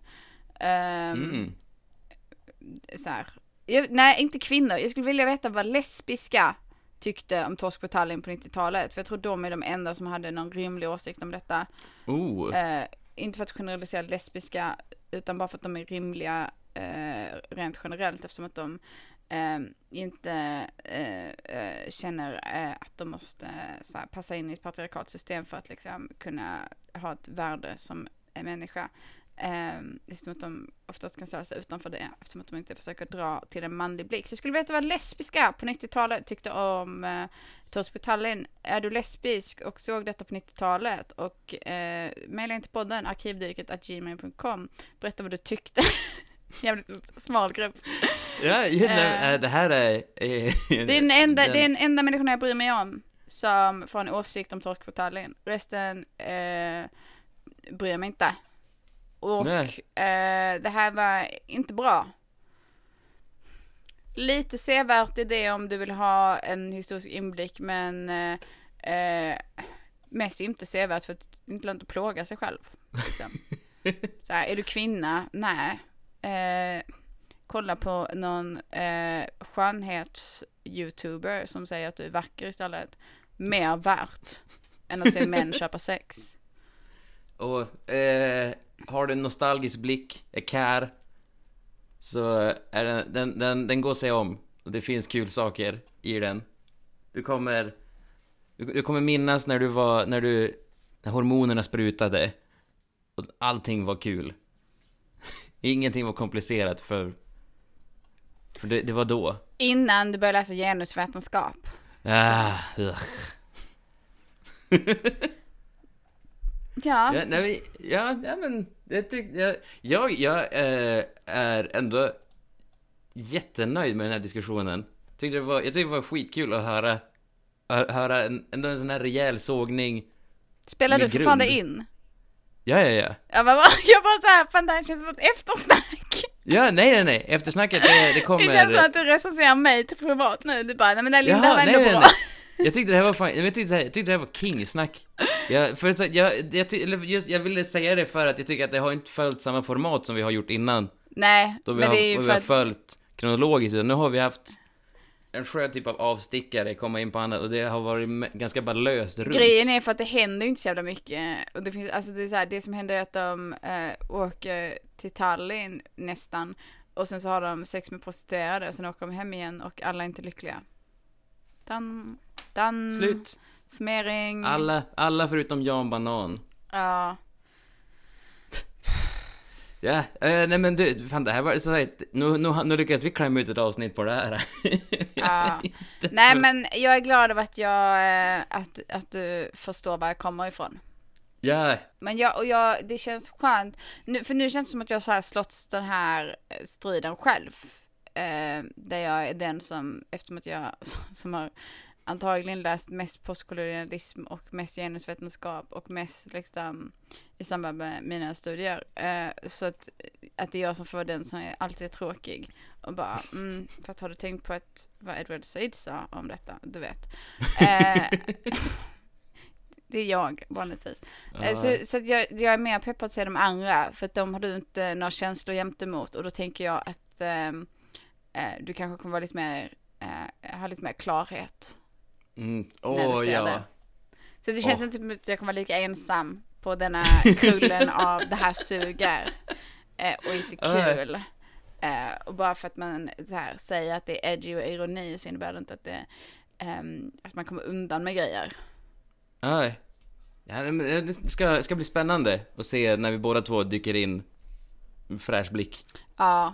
Så här. Nej, inte kvinnor. Jag skulle vilja veta vad lesbiska tyckte om Torsk på Tallinn på 90-talet. För jag tror de är de enda som hade någon rimlig åsikt om detta. Inte för att generalisera lesbiska, utan bara för att de är rimliga rent generellt, eftersom att de inte känner att de måste så här, passa in i ett patriarkalt system för att liksom kunna ha ett värde som en människa. Eftersom att de oftast kan ställa sig utanför det, eftersom att de inte försöker dra till en manlig blick. Så jag skulle veta vad lesbiska på 90-talet tyckte om Torsk på Tallinn. Är du lesbisk och såg detta på 90-talet? Och mejla inte podden arkivdyket@gmail.com. Berätta vad du tyckte. Jävligt smal grupp. Ja, det här är det är den enda människan jag bryr mig om som får en åsikt om Torsk på Tallinn. Resten bryr mig inte. Och det här var inte bra. Lite sevärt i det om du vill ha en historisk inblick, men mest inte sevärt för att det inte lönt att plåga sig själv. Liksom. Så här, är du kvinna? Nej. Kolla på någon skönhets-youtuber som säger att du är vacker istället. Mer värt än att se män köpa sex. Och har du en nostalgisk blick, är kär, så är den går sig om. Och det finns kul saker i den. Du kommer minnas när hormonerna sprutade och allting var kul. Ingenting var komplicerat för det var då. Innan du började läsa genusvetenskap. Ja. Men det tycker jag är ändå jättenöjd med den här diskussionen. Jag tyckte det var skitkul att höra en sån här rejäl sågning. Spelar du fortfarande in? Ja. Jag bara så här, fan, det här känns som ett eftersnack. Ja, nej. Eftersnacket det kommer. Det känns som att du recenserar mig till privat nu. Du bara, nej men det Linda var ändå bra. Jag tyckte det här var fan, jag tyckte det här var kingsnack. Jag ville säga det för att jag tycker att det har inte följt samma format som vi har gjort innan. Nej, då men det är ju vi har följt kronologiskt. Nu har vi haft en skön typ av avstickare komma in på annat, och det har varit ganska bara löst runt. Grejen är för att det händer ju inte så jävla mycket, och det finns, alltså det är så här, det som händer är att de åker till Tallinn nästan, och sen så har de sex med prostituerade, och sen åker de hem igen och alla är inte lyckliga. Slut. Smering. Alla förutom Jan Banan. Ja. Ja, nej men du, fan, det här var så här, nu lyckades vi klämma ut ett avsnitt på det här. Ja. Nej, men jag är glad över att att du förstår var jag kommer ifrån. Ja. Men det känns skönt nu, för nu känns det som att jag så här slått den här striden själv. Där jag är den som, eftersom att jag som har antagligen läst mest postkolonialism och mest genusvetenskap och mest liksom i samband med mina studier, så att det är jag som får den som alltid är tråkig och bara, för att har du tänkt på vad Edward Said sa om detta, du vet. Det är jag vanligtvis. Så att jag är mer peppad att se de andra, för att de har du inte några känslor jämt emot, och då tänker jag att du kanske kommer vara lite mer ha lite mer klarhet. När du ser det. Så det känns inte som att jag kommer vara lika ensam på denna kullen av det här suger och inte kul. Och bara för att man så här, säger att det är edgy och ironi så innebär det inte att, att man kommer undan med grejer. Nej. Ja, det ska bli spännande att se när vi båda två dyker in med fräsch blick. Ja.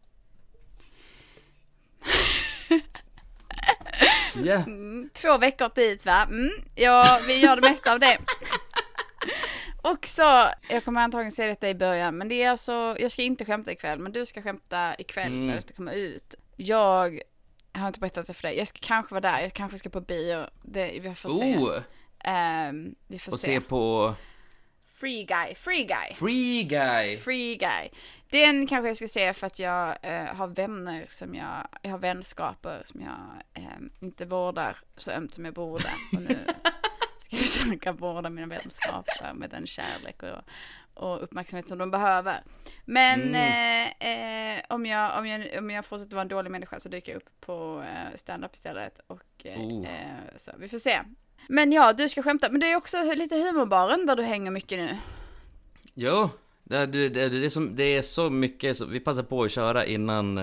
Yeah. 2 veckor dit, va? Ja, vi gör det mesta av det. Och så, jag kommer antagligen säga detta i början, men det är alltså, jag ska inte skämta ikväll, men du ska skämta ikväll när det kommer ut. Jag har inte berättat det för dig. Jag ska kanske vara där, jag kanske ska på bio. Vi får se. Vi får se på Free Guy. Den kanske jag ska se för att jag har vänner som jag har vänskaper som jag inte vårdar så ömt som jag borde. Och nu ska jag försöka vårda mina vänskaper med den kärlek och uppmärksamhet som de behöver. Men om jag fortsätter vara en dålig människa så dyker jag upp på stand-up istället. Och så vi får se. Men ja, du ska skämta. Men det är också lite humorbaren där du hänger mycket nu. Jo, det är så mycket så vi passar på att köra innan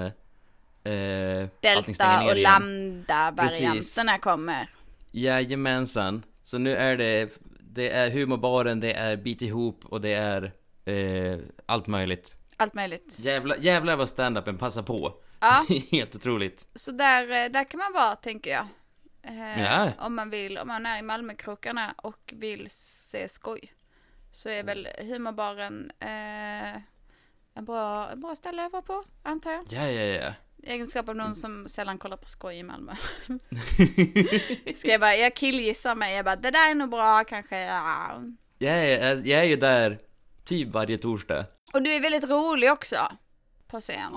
Delta och lambda-varianterna kommer. Jajamensan. Så nu är det är humorbaren, det är bit ihop och det är allt möjligt. Allt möjligt. Jävlar vad stand-upen passar på. Ja. Helt otroligt. Så där kan man vara, tänker jag. Ja. Om man är i Malmökrokarna och vill se skoj, så är väl humorbaren en bra ställe att vara på, antar jag. Ja. Egenskap av någon som sällan kollar på skoj i Malmö. Jag killgissar mig. Jag bara, det där är nog bra, kanske. Ja. Jag är ju där typ varje torsdag. Och du är väldigt rolig också på scen.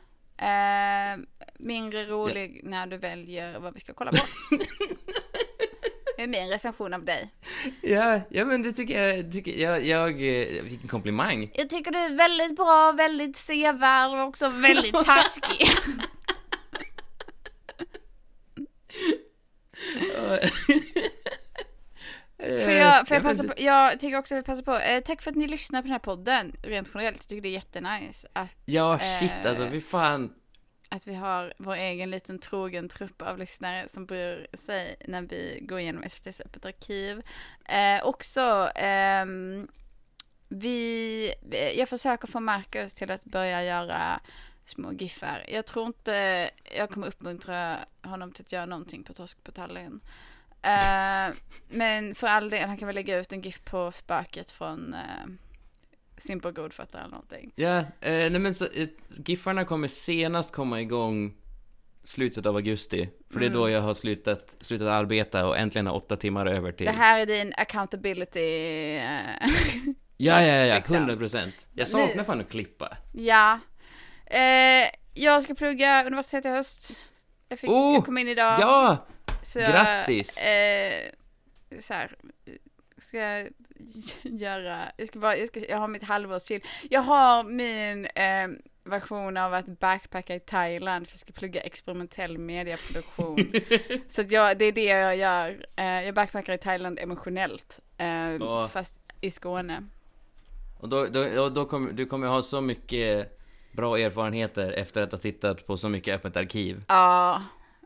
Mindre rolig när du väljer vad vi ska kolla på. Det är min recension av dig. Ja, men det tycker jag vilken komplimang. Jag tycker du är väldigt bra, väldigt sevärd och också väldigt taskig. Jag tycker också att vi passar på. Tack för att ni lyssnar på den här podden. Rent generellt, jag tycker det är jättenice att, alltså vi fan att vi har vår egen liten trogen trupp av lyssnare som bryr sig när vi går igenom SVT:s öppet arkiv. Jag försöker få Marcus till att börja göra små giffar. Jag tror inte jag kommer uppmuntra honom till att göra någonting på Torsk på Tallinn. Men för all del, han kan väl lägga ut en giff på spöket från Simple Godfattar eller någonting. Ja, men så giffarna kommer senast komma igång slutet av augusti. För det är då jag har slutat arbeta och äntligen har 8 timmar över till. Det här är din accountability. Ja, 100%. Jag saknar fan att klippa. Ja. Jag ska plugga universitet i höst. Jag kom in idag. Ja! Så, grattis! Jag har mitt halvårschill. Jag har min version av att backpacka i Thailand för att jag ska plugga experimentell mediaproduktion. Så att det är det jag gör. Jag backpackar i Thailand emotionellt, fast i Skåne. Och då du kommer ha så mycket bra erfarenheter efter att ha tittat på så mycket öppet arkiv. Ja.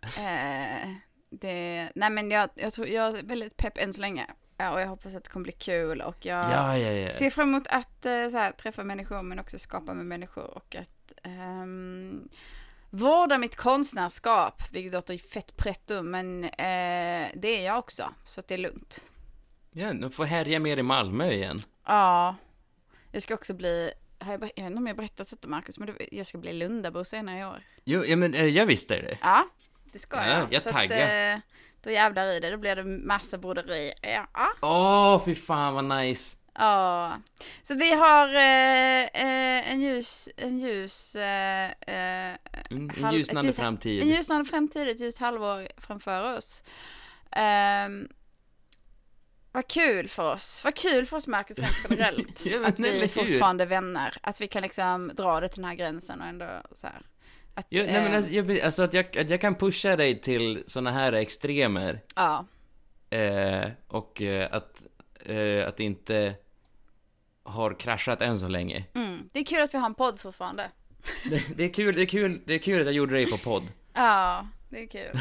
Nej men jag tror jag är väldigt pepp än så länge. Och jag hoppas att det kommer bli kul. Och jag ser fram emot att träffa människor, men också skapa med människor. Och att vårda mitt konstnärskap. Vilket låter fett pretto, men det är jag också. Så att det är lugnt. Ja, du får härja mer i Malmö igen. Ja. Jag ska också bli... Jag vet inte om jag berättat detta, Marcus, men jag ska bli Lundabo senare i år. Jo, men jag visste det. Ja, det ska jag. Jag taggar. Då jävlar i det. Då blir det massa broderi. Fy fan vad nice. Ja. Så vi har en ljusnande framtid. En ljusnande framtid, ett ljust halvår framför oss. Vad kul för oss. Vad kul för oss, Marcus, rent generellt. Att vi är fortfarande vänner. Att vi kan liksom dra det till den här gränsen och ändå så här. Att jag kan pusha dig till såna här extremer. Ja. Och att inte har kraschat än så länge. Det är kul att vi har en podd fortfarande. Det är kul att jag gjorde det på podd. Ja, det är kul.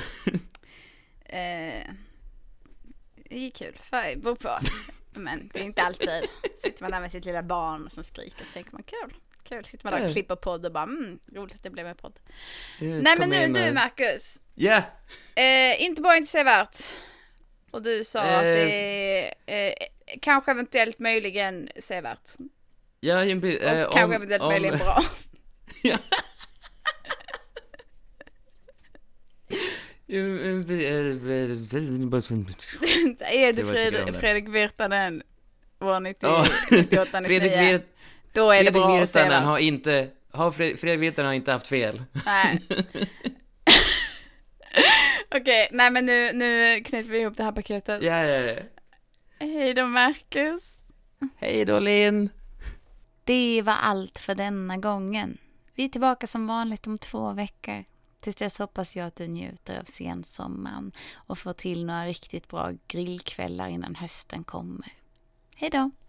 Det är kul, för beror på. Men det är inte alltid. Sitter man där med sitt lilla barn som skriker så tänker man kul. Sitter man där och klipper podd och bara roligt att det blev med podd. Nej men nu du Marcus. Ja. Inte bara inte sevärt. Och du sa att det är kanske eventuellt möjligen sevärt. Ja, och kanske eventuellt möjligen bra. Ja. Är du Fredrik Virtanen år 98-99? Då är det bra att se. Fredrik Virtanen har inte haft fel. Nej. Okej, nej men nu knyter vi ihop det här paketet. Ja. Hej då Marcus. Hej då Linn. Det var allt för denna gången. Vi är tillbaka som vanligt om 2 veckor. Tills dess hoppas jag att du njuter av sensommaren och får till några riktigt bra grillkvällar innan hösten kommer. Hej då!